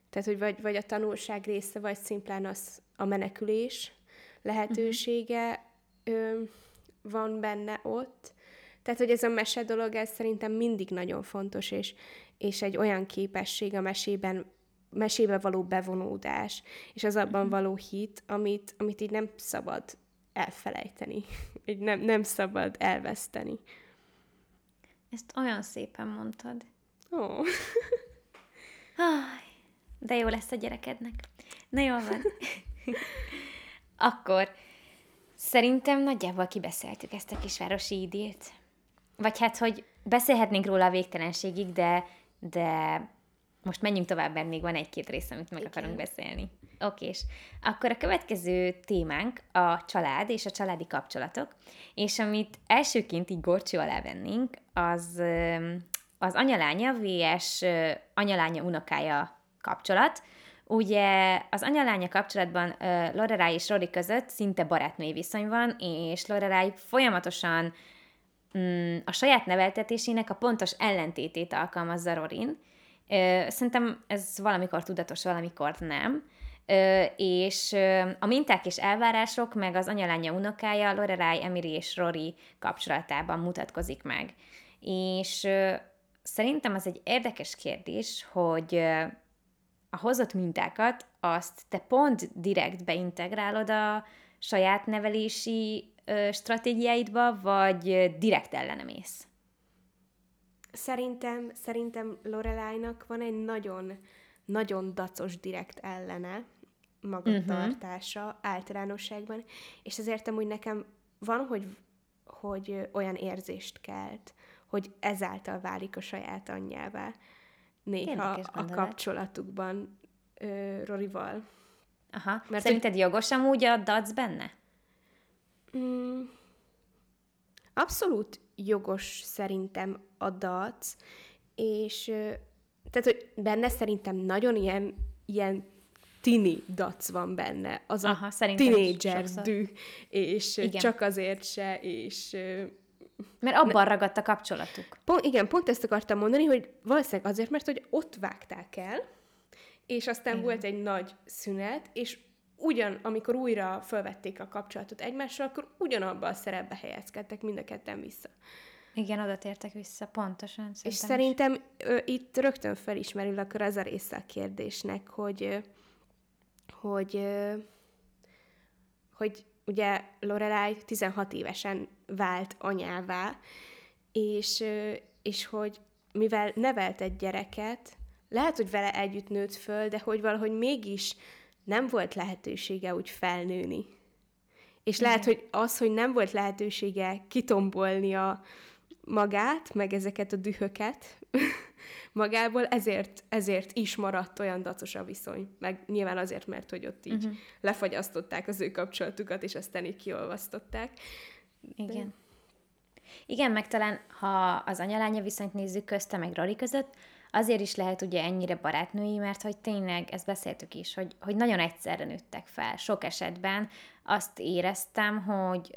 Tehát, hogy vagy a tanulság része, vagy szimplán az a menekülés lehetősége van benne ott. Tehát, hogy ez a mese dolog, ez szerintem mindig nagyon fontos, és egy olyan képesség a mesébe való bevonódás, és az abban való hit, amit így nem szabad elfelejteni, így nem szabad elveszteni. Ezt olyan szépen mondtad. Ó. De jó lesz a gyerekednek. Na jól van. Akkor szerintem nagyjából kibeszéltük ezt a kisvárosi idillt. Vagy hát, hogy beszélhetnénk róla a végtelenségig, de most menjünk tovább, mert még van egy-két rész, amit meg akarunk beszélni. Okés. Akkor a következő témánk a család és a családi kapcsolatok, és amit elsőként így górcső alá vennénk, az anyalánya vs. Anyalánya unokája kapcsolat. Ugye az anyalánya kapcsolatban Lorelai és Rory között szinte barátnői viszony van, és Lorelai folyamatosan a saját neveltetésének a pontos ellentétét alkalmazza Rorin. Szerintem ez valamikor tudatos, valamikor nem. És a minták és elvárások, meg az anyalánya unokája Lorelai, Emily és Rory kapcsolatában mutatkozik meg. És szerintem az egy érdekes kérdés, hogy a hozott mintákat azt te pont direkt beintegrálod a saját nevelési stratégiáidba, vagy direkt ellene mész? Szerintem Lorelainak van egy nagyon, nagyon dacos direkt ellene magatartása általánosságban, és ezért amúgy nekem van, hogy olyan érzést kelt, hogy ezáltal válik a saját anyjává néha a kapcsolatukban Roryval. Aha. Mert szerinted jogos amúgy a dac benne? Abszolút jogos szerintem a dac, és tehát, hogy benne szerintem nagyon ilyen tini dac van benne. Az a tínédzser düh, és igen. Csak azért se, és... Mert abban ragadt a kapcsolatuk. Igen, pont ezt akartam mondani, hogy valószínűleg azért, mert hogy ott vágták el, és aztán volt egy nagy szünet, és amikor újra felvették a kapcsolatot egymással, akkor ugyanabban a szerepbe helyezkedtek mind a ketten vissza. Igen, oda tértek vissza, pontosan. És szerintem itt rögtön felismerül akkor az a része a kérdésnek, hogy ugye Lorelai 16 évesen vált anyává, és hogy mivel nevelt egy gyereket, lehet, hogy vele együtt nőtt föl, de hogy valahogy mégis nem volt lehetősége úgy felnőni. És lehet, hogy az, hogy nem volt lehetősége kitombolnia magát, meg ezeket a dühöket magából, ezért is maradt olyan dacos a viszony. Meg nyilván azért, mert hogy ott így lefagyasztották az ő kapcsolatukat, és aztán így kiolvasztották. Igen. Igen, meg talán, ha az anyalánya viszonyt nézzük közte, meg Rory között, azért is lehet ugye ennyire barátnői, mert hogy tényleg, ezt beszéltük is, hogy nagyon egyszerre nőttek fel. Sok esetben azt éreztem, hogy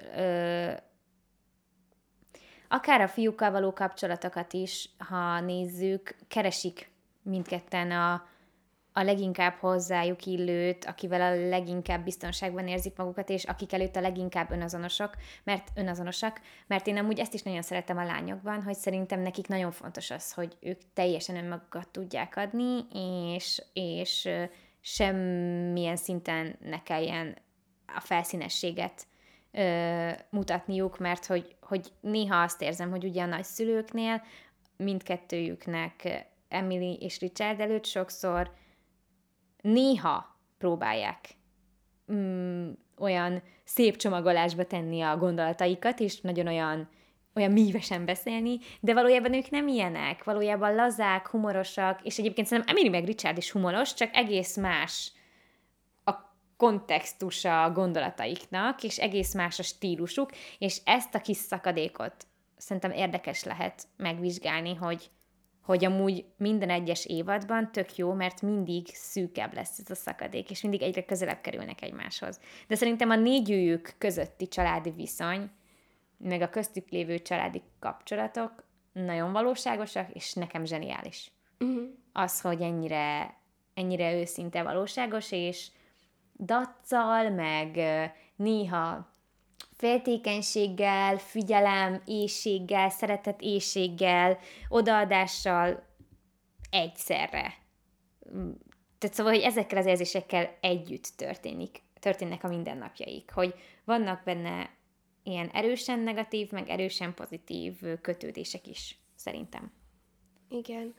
akár a fiúkkal való kapcsolatokat is, ha nézzük, keresik mindketten a leginkább hozzájuk illőt, akivel a leginkább biztonságban érzik magukat, és akik előtt a leginkább önazonosak, mert én amúgy ezt is nagyon szeretem a lányokban, hogy szerintem nekik nagyon fontos az, hogy ők teljesen önmagukat tudják adni, és semmilyen szinten ne kelljen a felszínességet mutatniuk, mert hogy néha azt érzem, hogy ugye a nagyszülőknél mindkettőjüknek Emily és Richard előtt sokszor néha próbálják olyan szép csomagolásba tenni a gondolataikat, és nagyon olyan mívesen beszélni, de valójában ők nem ilyenek, valójában lazák, humorosak, és egyébként szerintem Emily meg Richard is humoros, csak egész más a kontextusa a gondolataiknak, és egész más a stílusuk, és ezt a kis szakadékot szerintem érdekes lehet megvizsgálni, hogy amúgy minden egyes évadban tök jó, mert mindig szűkebb lesz ez a szakadék, és mindig egyre közelebb kerülnek egymáshoz. De szerintem a négyőjük közötti családi viszony, meg a köztük lévő családi kapcsolatok nagyon valóságosak, és nekem zseniális. Az, hogy ennyire ennyire őszinte, valóságos, és daccal, meg néha féltékenységgel, figyelem, éhséggel, szeretet éhséggel, odaadással egyszerre. Tehát szóval, hogy ezekkel az érzésekkel együtt történnek a mindennapjaik, hogy vannak benne ilyen erősen negatív, meg erősen pozitív kötődések is, szerintem. Igen,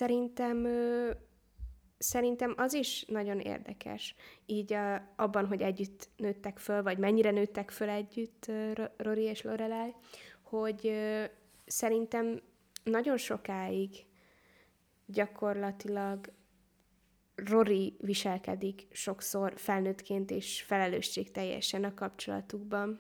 szerintem az is nagyon érdekes, így abban, hogy együtt nőttek föl, vagy mennyire nőttek föl együtt Rory és Lorelai, hogy szerintem nagyon sokáig gyakorlatilag Rory viselkedik sokszor felnőttként és felelősségteljesen a kapcsolatukban.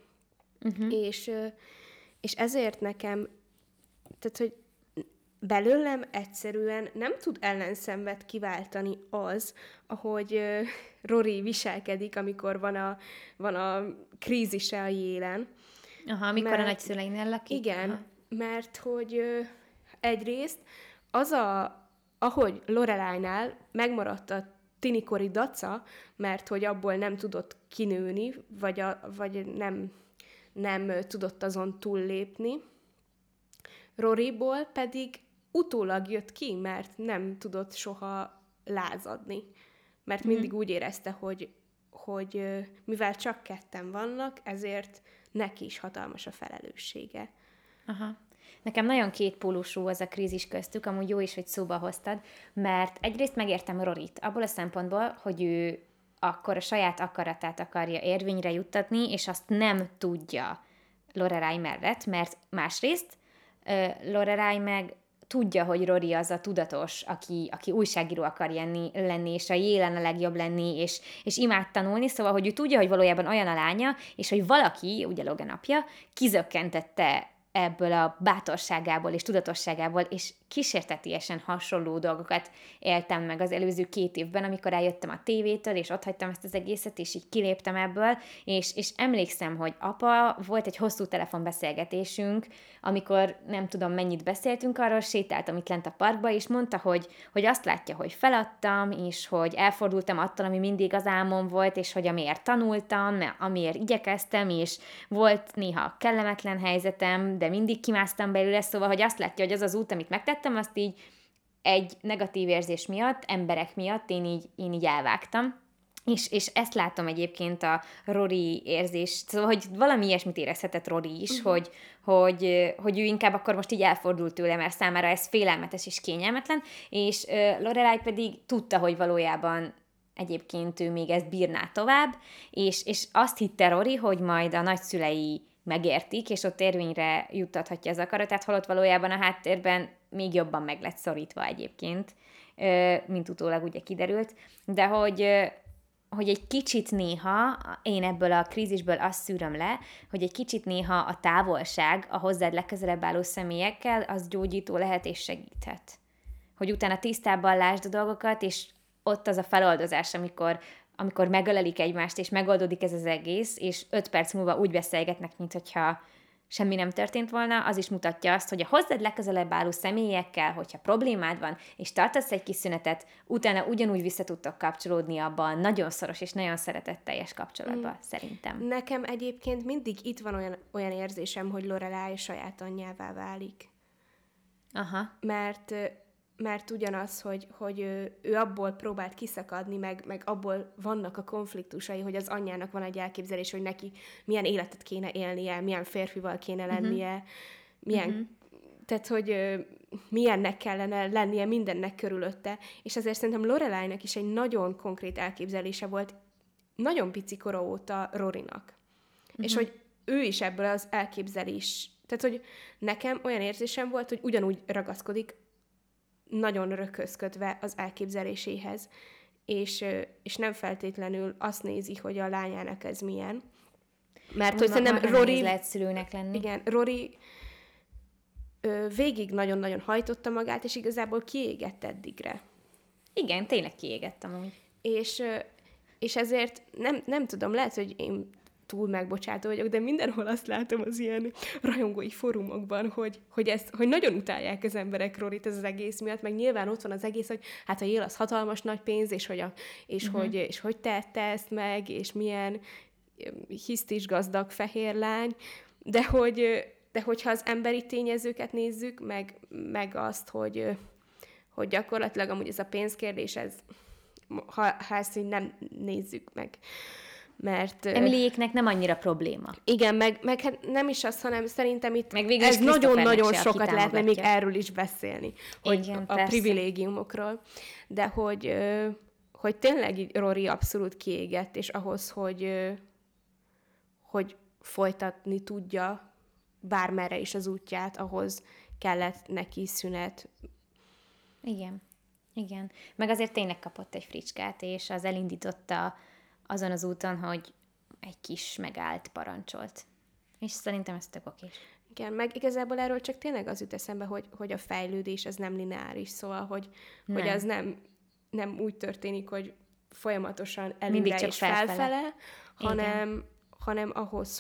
És ezért nekem, tehát, hogy belőlem egyszerűen nem tud ellenszenvet kiváltani az, ahogy Rory viselkedik, amikor van a krízise a jélen. Aha, amikor a nagyszüleinél lakik. Igen, aha. mert hogy egyrészt ahogy Lorelai-nál megmaradt a tinikori daca, mert hogy abból nem tudott kinőni, vagy nem tudott azon túllépni, Roryból pedig utólag jött ki, mert nem tudott soha lázadni. Mert mindig úgy érezte, hogy mivel csak ketten vannak, ezért neki is hatalmas a felelőssége. Aha. Nekem nagyon kétpólusú az a krízis köztük, amúgy jó is, hogy szóba hoztad, mert egyrészt megértem Roryt, abból a szempontból, hogy ő akkor a saját akaratát akarja érvényre juttatni, és azt nem tudja Lorelai mellett, mert másrészt Lorelai meg tudja, hogy Rory az a tudatos, aki újságíró akar lenni, és a jélen a legjobb lenni, és imád tanulni, szóval, hogy ő tudja, hogy valójában olyan a lánya, és hogy valaki, ugye Logan apja, kizökkentette ebből a bátorságából és tudatosságából, és kísértetiesen hasonló dolgokat éltem meg az előző 2 évben, amikor eljöttem a tévétől, és otthagytam ezt az egészet, és így kiléptem ebből, és emlékszem, hogy apa, volt egy hosszú telefonbeszélgetésünk, amikor nem tudom mennyit beszéltünk arról, sétáltam itt lent a parkba, és mondta, hogy azt látja, hogy feladtam, és hogy elfordultam attól, ami mindig az álmom volt, és hogy amiért tanultam, amiért igyekeztem, és volt néha kellemetlen helyzetem, de mindig kimásztam belőle, szóval, hogy azt látja, hogy az az út, amit megtettem, azt így egy negatív érzés miatt, emberek miatt én így elvágtam. És ezt látom egyébként a Rory érzés, szóval, hogy valami ilyesmit érezhetett Rory is, hogy ő inkább akkor most így elfordult tőle, mert számára ez félelmetes és kényelmetlen, és Lorelai pedig tudta, hogy valójában egyébként ő még ezt bírná tovább, és azt hitte Rory, hogy majd a nagyszülei megértik, és ott érvényre juttathatja az akaratát, holott valójában a háttérben még jobban meg lett szorítva egyébként, mint utólag ugye kiderült, de hogy egy kicsit néha, én ebből a krízisből azt szűröm le, hogy egy kicsit néha a távolság a hozzád legközelebb álló személyekkel, az gyógyító lehet és segíthet. Hogy utána tisztában lásd a dolgokat, és ott az a feloldozás, amikor megölelik egymást, és megoldódik ez az egész, és 5 perc múlva úgy beszélgetnek, mintha semmi nem történt volna, az is mutatja azt, hogy a hozzád legközelebb álló személyekkel, hogyha problémád van, és tartasz egy kis szünetet, utána ugyanúgy vissza tudtok kapcsolódni abba a nagyon szoros és nagyon szeretetteljes kapcsolatba, szerintem. Nekem egyébként mindig itt van olyan érzésem, hogy Lorelai saját anyjává válik. Aha. Mert ugyanaz, hogy ő abból próbált kiszakadni, meg abból vannak a konfliktusai, hogy az anyjának van egy elképzelés, hogy neki milyen életet kéne élnie, milyen férfival kéne lennie, tehát, hogy milyennek kellene lennie mindennek körülötte, és ezért szerintem Lorelai-nak is egy nagyon konkrét elképzelése volt nagyon pici kora óta Rorynak. És hogy ő is ebből az elképzelés, tehát, hogy nekem olyan érzésem volt, hogy ugyanúgy ragaszkodik nagyon röközködve az elképzeléséhez, és nem feltétlenül azt nézi, hogy a lányának ez milyen. Mert hogy szerintem Rory... lehet szülőnek lenni. Igen, Rory végig nagyon-nagyon hajtotta magát, és igazából kiégett eddigre. Igen, tényleg kiégett amúgy. És ezért nem tudom, lehet, hogy én túl megbocsátó vagyok, de mindenhol azt látom az ilyen rajongói fórumokban, hogy nagyon utálják az emberek Roryt ez az egész miatt, meg nyilván ott van az egész, hogy hát a Yale az hatalmas nagy pénz, és hogy tette ezt meg, és milyen hisztis gazdag fehér lány, de hogyha az emberi tényezőket nézzük, meg azt, hogy gyakorlatilag amúgy ez a pénzkérdés, ez, ha ezt így nem nézzük meg, mert... Emilyéknek nem annyira probléma. Igen, meg hát nem is az, hanem szerintem itt ez nagyon-nagyon sokat lehetne még erről is beszélni, igen, a privilégiumokról, de hogy tényleg így Rory abszolút kiégett, és ahhoz, hogy folytatni tudja bármerre is az útját, ahhoz kellett neki szünet. Igen. Meg azért tényleg kapott egy fricskát, és az elindította azon az úton, hogy egy kis megállt, parancsolt. És szerintem ez tök okés. Igen, meg igazából erről csak tényleg az jut eszembe, hogy a fejlődés az nem lineáris, szóval, hogy az nem úgy történik, hogy folyamatosan előre és felfele, hanem ahhoz,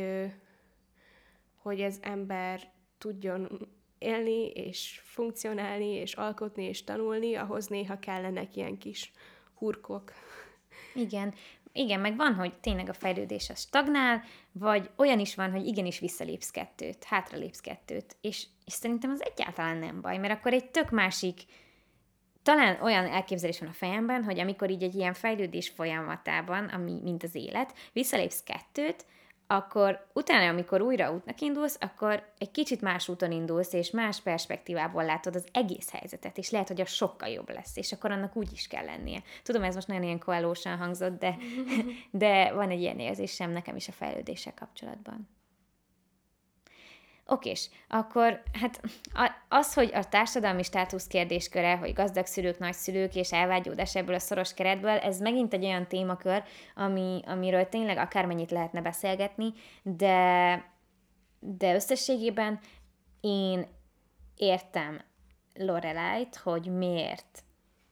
hogy az ember tudjon élni, és funkcionálni, és alkotni, és tanulni, ahhoz néha kellenek ilyen kis hurkok. Igen, meg van, hogy tényleg a fejlődés az stagnál, vagy olyan is van, hogy igenis visszalépsz 2, hátralépsz 2, és szerintem az egyáltalán nem baj, mert akkor egy tök másik, talán olyan elképzelés van a fejemben, hogy amikor így egy ilyen fejlődés folyamatában, ami mint az élet, visszalépsz 2, akkor utána, amikor újra útnak indulsz, akkor egy kicsit más úton indulsz, és más perspektívából látod az egész helyzetet, és lehet, hogy az sokkal jobb lesz, és akkor annak úgy is kell lennie. Tudom, ez most nagyon ilyen koelósan hangzott, de van egy ilyen érzésem nekem is a fejlődéssel kapcsolatban. Okés, akkor hát az, hogy a társadalmi státusz kérdésköre, hogy gazdag szülők, nagyszülők és elvágyódás ebből a szoros keretből, ez megint egy olyan témakör, amiről tényleg akármennyit lehetne beszélgetni, de összességében én értem Lorelait, hogy miért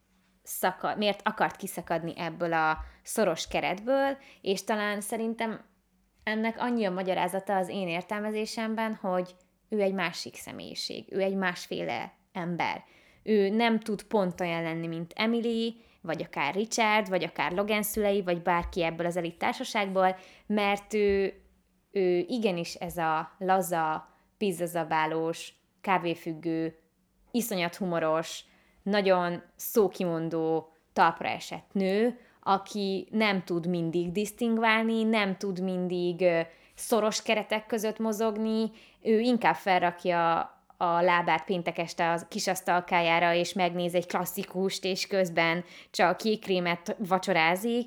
akart kiszakadni ebből a szoros keretből, és talán szerintem ennek annyi a magyarázata az én értelmezésemben, hogy ő egy másik személyiség, ő egy másféle ember. Ő nem tud pont olyan lenni, mint Emily, vagy akár Richard, vagy akár Logan szülei, vagy bárki ebből az elit társaságból, mert ő igenis ez a laza, pizzazabálós, kávéfüggő, iszonyat humoros, nagyon szókimondó, talpra esett nő, aki nem tud mindig disztingválni, nem tud mindig szoros keretek között mozogni, ő inkább felrakja a lábát péntek este a kis asztalkájára, és megnéz egy klasszikust, és közben csak kékkrémet vacsorázik,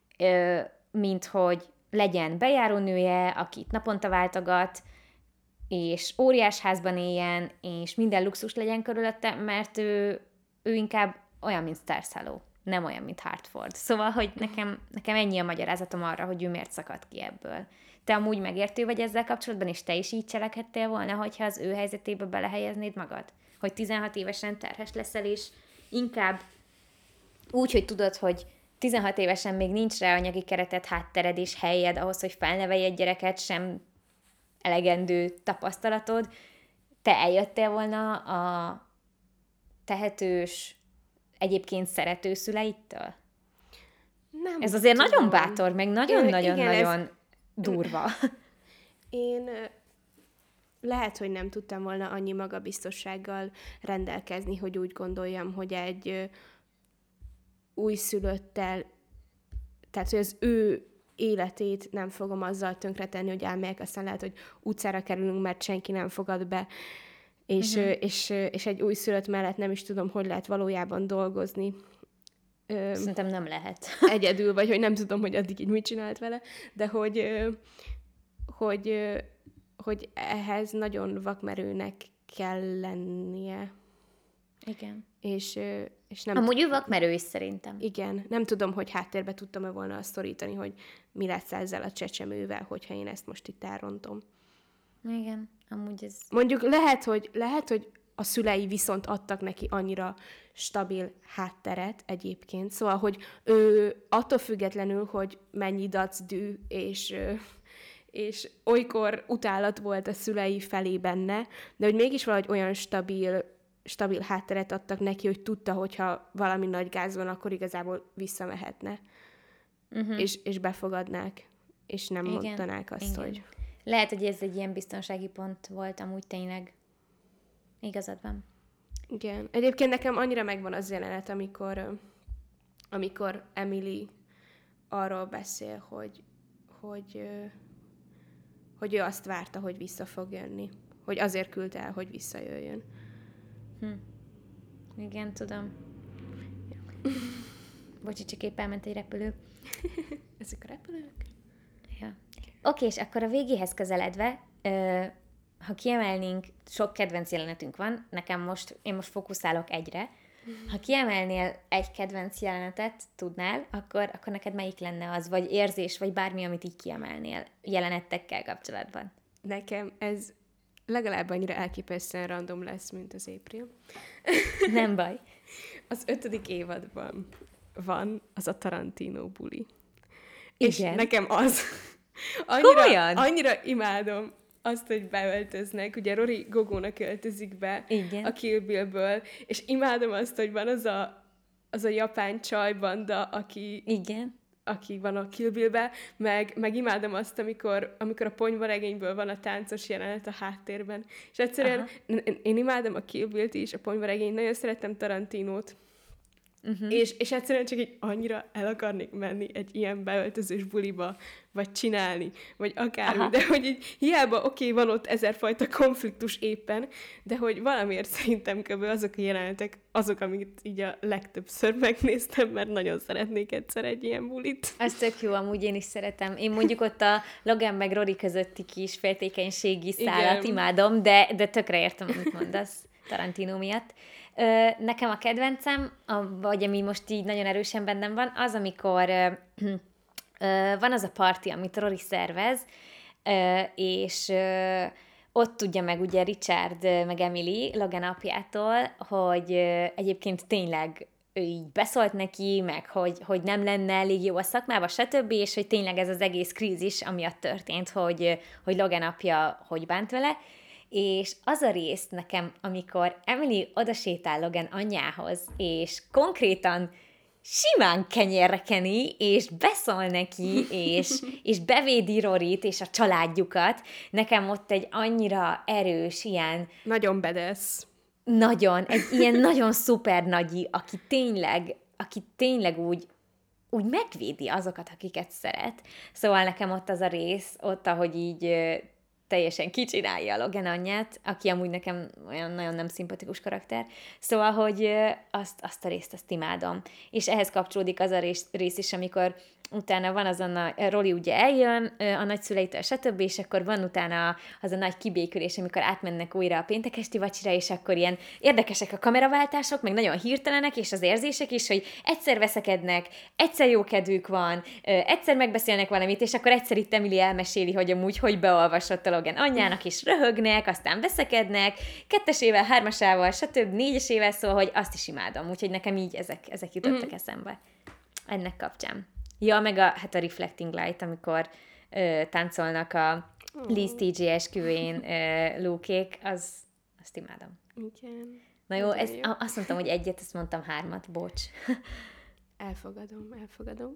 mint hogy legyen bejárónője, akit naponta váltogat, és óriásházban éljen, és minden luxus legyen körülötte, mert ő inkább olyan, mint Stars Hollow, nem olyan, mint Hartford. Szóval, hogy nekem ennyi a magyarázatom arra, hogy ő miért szakadt ki ebből. Te amúgy megértő vagy ezzel kapcsolatban, és te is így cselekedtél volna, hogyha az ő helyzetébe belehelyeznéd magad? Hogy 16 évesen terhes leszel, és inkább úgy, hogy tudod, hogy 16 évesen még nincs rá anyagi kereted, háttered és helyed ahhoz, hogy felnevelj egy gyereket, sem elegendő tapasztalatod. Te eljöttél volna a tehetős, egyébként szerető szüleittől? Nem. Ez azért nagyon bátor, meg nagyon-nagyon-nagyon durva. Én lehet, hogy nem tudtam volna annyi magabiztossággal rendelkezni, hogy úgy gondoljam, hogy egy újszülöttel, tehát, hogy az ő életét nem fogom azzal tönkretenni, hogy elmegyek, aztán lehet, hogy utcára kerülünk, mert senki nem fogad be, és egy újszülött mellett nem is tudom, hogy lehet valójában dolgozni. Szerintem nem lehet. Egyedül, vagy hogy nem tudom, hogy addig így mit csinált vele, de hogy ehhez nagyon vakmerőnek kell lennie. Igen. És nem... Amúgy ő vakmerő is szerintem. Igen. Nem tudom, hogy háttérbe tudtam-e volna azt szorítani, hogy mi lesz ezzel a csecsemővel, hogyha én ezt most itt elrontom. Igen, amúgy ez... Mondjuk lehet, hogy a szülei viszont adtak neki annyira stabil hátteret egyébként. Szóval, hogy ő attól függetlenül, hogy mennyi dacdű és olykor utálat volt a szülei felé benne, de hogy mégis valahogy olyan stabil hátteret adtak neki, hogy tudta, hogyha valami nagy gáz van, akkor igazából visszamehetne. És befogadnák, és nem mondanák azt, hogy... Lehet, hogy ez egy ilyen biztonsági pont volt amúgy tényleg. Igazad van. Igen. Egyébként nekem annyira megvan az jelenet, amikor Emily arról beszél, hogy ő azt várta, hogy vissza fog jönni. Hogy azért küldte el, hogy visszajöjjön. Igen, tudom. Bocsi, csak épp elment egy repülő. Ezek a repülők? Ja. Oké, és akkor a végéhez közeledve, ha kiemelnénk, sok kedvenc jelenetünk van, én most fókuszálok egyre. Ha kiemelnél egy kedvenc jelenetet, tudnál, akkor neked melyik lenne az, vagy érzés, vagy bármi, amit így kiemelnél jelenettekkel kapcsolatban? Nekem ez legalább annyira elképesztően random lesz, mint az April. Nem baj. Az 5. évadban van az a Tarantino buli. Igen. És nekem az... Annyira imádom azt, hogy beöltöznek. Ugye Rory Gogónak öltözik be a Kill Bill-ből, és imádom azt, hogy van az a japán csajbanda, aki van a Kill Bill-be, meg imádom azt, amikor a ponyvaregényből van a táncos jelenet a háttérben. És egyszerűen én imádom a Kill Bill-t is, a ponyvaregényt, nagyon szerettem Tarantinót. És egyszerűen csak így annyira el akarnék menni egy ilyen beöltözős buliba, vagy csinálni, vagy akármi, de hogy így hiába van ott ezerfajta konfliktus éppen, de hogy valamiért szerintem kb. Azok a jelenetek, azok, amiket így a legtöbbször megnéztem, mert nagyon szeretnék egyszer egy ilyen bulit. Az tök jó, amúgy én is szeretem. Én mondjuk ott a Logan meg Rory közötti kis féltékenységi szálat imádom, de tökre értem, amit mondasz Tarantino miatt. Nekem a kedvencem, vagy ami most így nagyon erősen bennem van, az, amikor van az a parti, amit Rory szervez, és ott tudja meg ugye Richard meg Emily, Logan apjától, hogy egyébként tényleg ő így beszólt neki, meg hogy nem lenne elég jó a szakmába, stb., és hogy tényleg ez az egész krízis, amiatt történt, hogy Logan apja hogy bánt vele, és az a rész nekem, amikor Emily odasétál Logan anyjához, és konkrétan simán kenyérre keni, és beszól neki, és bevédi Roryt, és a családjukat, nekem ott egy annyira erős ilyen... Nagyon bedesz. Nagyon, egy ilyen nagyon szuper nagyi, aki tényleg úgy megvédi azokat, akiket szeret. Szóval nekem ott az a rész, ott, ahogy így teljesen kicsinálja a Logan anyját, aki amúgy nekem olyan nagyon nem szimpatikus karakter. Szóval, hogy azt a részt azt imádom. És ehhez kapcsolódik az a rész is, amikor utána van Rory ugye eljön a nagyszüleitől, stb., és akkor van utána az a nagy kibékülés, amikor átmennek újra a péntek esti vacsira, és akkor ilyen érdekesek a kameraváltások, meg nagyon hirtelenek, és az érzések is, hogy egyszer veszekednek, egyszer jó kedvük van, egyszer megbeszélnek valamit, és akkor egyszer itt Emily elmeséli, hogy amúgy hogy beolvasott a Logan anyjának, és röhögnek, aztán veszekednek, 2-esével, 3-asával, stb., 4-esével, szóval, hogy azt is imádom, úgyhogy nekem így ezek jutottak eszembe ennek kapcsán. Ja, meg a Reflecting Light, amikor táncolnak a Liz TJ esküvőjén Luke-ék, azt imádom. Igen. Na jó, azt mondtam, hogy egyet, ezt mondtam 3, bocs. Elfogadom.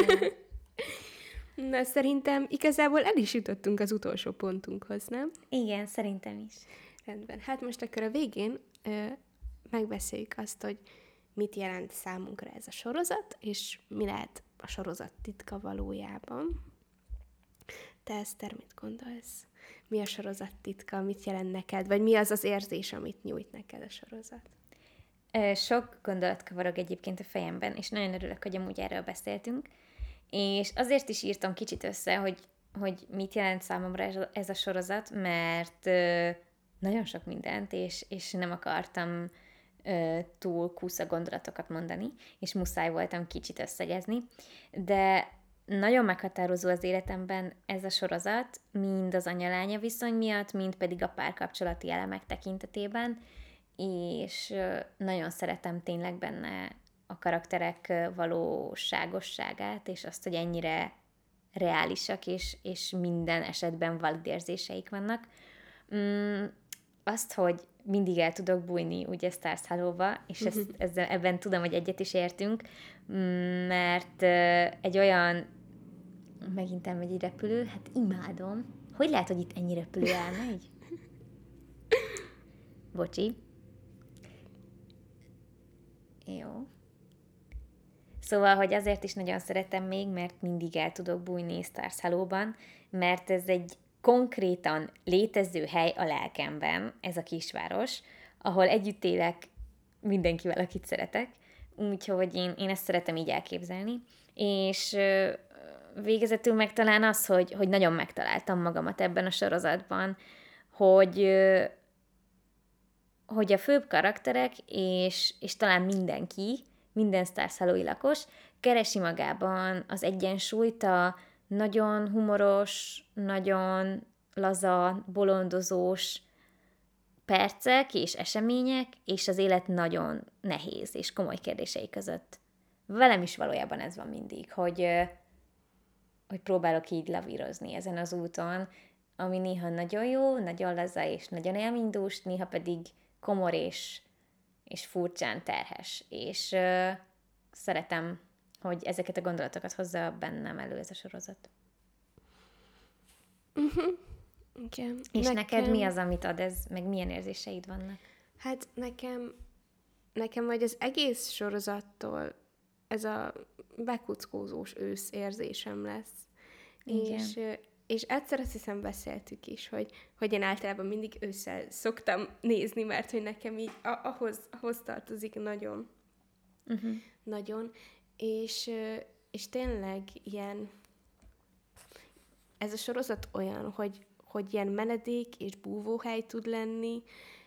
Na, szerintem igazából el is jutottunk az utolsó pontunkhoz, nem? Igen, szerintem is. Rendben. Hát most akkor a végén megbeszéljük azt, hogy mit jelent számunkra ez a sorozat, és mi lehet a sorozat titka valójában. Te, Eszter, mit gondolsz? Mi a sorozat titka? Mit jelent neked? Vagy mi az az érzés, amit nyújt neked a sorozat? Sok gondolat kavarog egyébként a fejemben, és nagyon örülök, hogy amúgy erről beszéltünk. És azért is írtam kicsit össze, hogy mit jelent számomra ez a sorozat, mert nagyon sok mindent, és nem akartam túl kúsza gondolatokat mondani, és muszáj voltam kicsit összegezni, de nagyon meghatározó az életemben ez a sorozat, mind az anya-lánya viszony miatt, mind pedig a párkapcsolati elemek tekintetében, és nagyon szeretem tényleg benne a karakterek valóságosságát, és azt, hogy ennyire reálisak, és minden esetben valid érzéseik vannak. Azt, hogy mindig el tudok bújni ugye Stars Hollow-ba, és ebben tudom, hogy egyet is értünk, mert egy olyan, megint elmegy egy repülő, hát imádom. Hogy lehet, hogy itt ennyi repülő elmegy? Bocsi. Jó. Szóval, hogy azért is nagyon szeretem még, mert mindig el tudok bújni Stars Hollow-ban, mert ez egy konkrétan létező hely a lelkemben, ez a kisváros, ahol együtt élek mindenkivel, akit szeretek, úgyhogy én ezt szeretem így elképzelni, és végezetül meg talán az, hogy nagyon megtaláltam magamat ebben a sorozatban, hogy a főbb karakterek, és talán mindenki, minden Stars Hollow-i lakos keresi magában az egyensúlyt a nagyon humoros, nagyon laza, bolondozós percek és események, és az élet nagyon nehéz és komoly kérdései között. Velem is valójában ez van mindig, hogy próbálok így lavírozni ezen az úton, ami néha nagyon jó, nagyon laza és nagyon élménydús, néha pedig komor és furcsán terhes. És szeretem, hogy ezeket a gondolatokat hozza bennem elő ez a sorozat. Igen. És neked mi az, amit ad ez, meg milyen érzéseid vannak? Hát nekem vagy az egész sorozattól ez a bekuckózós ősz érzésem lesz. Igen. És egyszer azt hiszem beszéltük is, hogy én általában mindig ősszel szoktam nézni, mert hogy nekem így ahhoz tartozik nagyon. Nagyon. És tényleg ilyen ez a sorozat olyan, hogy ilyen menedék és búvóhely tud lenni,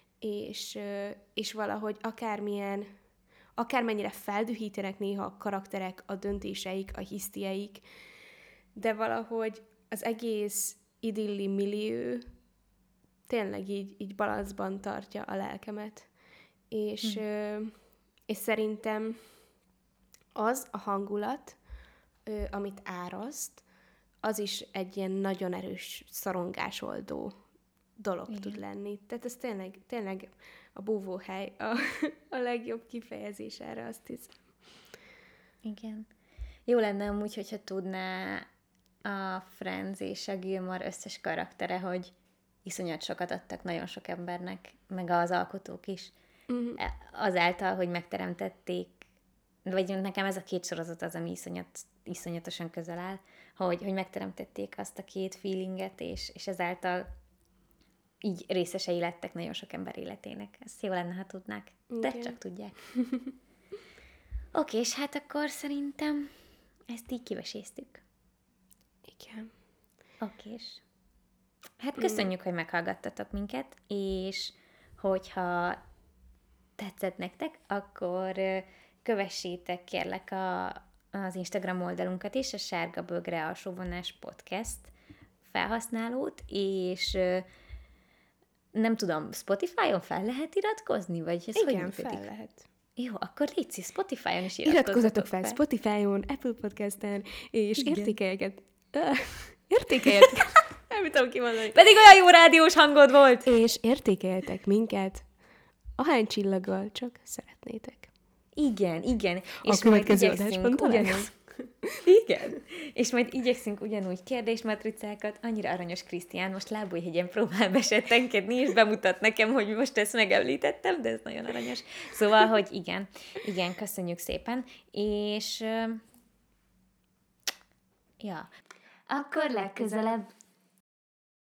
és valahogy akármennyire feldühítenek néha a karakterek, a döntéseik, a hisztieik, de valahogy az egész idilli millió tényleg így balanszban tartja a lelkemet. És szerintem az a hangulat, amit áraszt, az is egy ilyen nagyon erős szorongásoldó dolog tud lenni. Tehát ez tényleg a búvóhely a legjobb kifejezés erre, azt hiszem. Igen. Jó lenne amúgy, hogyha tudná a Friends és a Gilmore összes karaktere, hogy iszonyat sokat adtak nagyon sok embernek, meg az alkotók is. Azáltal, hogy megteremtették, vagy nekem ez a két sorozat az, ami iszonyatosan közel áll, hogy megteremtették azt a két feelinget, és ezáltal így részesei lettek nagyon sok ember életének. Ezt jó lenne, ha tudnák. De csak tudják. Oké, és hát akkor szerintem ezt így kiveséztük. Igen. Okés. Hát köszönjük, hogy meghallgattatok minket, és hogyha tetszett nektek, akkor kövessétek kérlek az Instagram oldalunkat is, a Sárga Bögre alsóvonás podcast felhasználót, és nem tudom, Spotify-on fel lehet iratkozni? Vagy ez igen, hogy fel lehet. Jó, akkor légy Spotify-on is iratkozzatok fel. Spotify-on, Apple Podcast-en, és értékeljetek. Nem tudom kimondani. Pedig olyan jó rádiós hangod volt! És értékeljetek minket, ahány csillaggal csak szeretnétek. Igen. És a majd igyekszünk ugyanúgy. Igen. És majd igyekszünk ugyanúgy kérdésmatricákat. Annyira aranyos Krisztián, most lábújhegyen próbál besettenkedni, és bemutat nekem, hogy most ezt megemlítettem, de ez nagyon aranyos. Szóval, hogy igen, köszönjük szépen. És ja, akkor legközelebb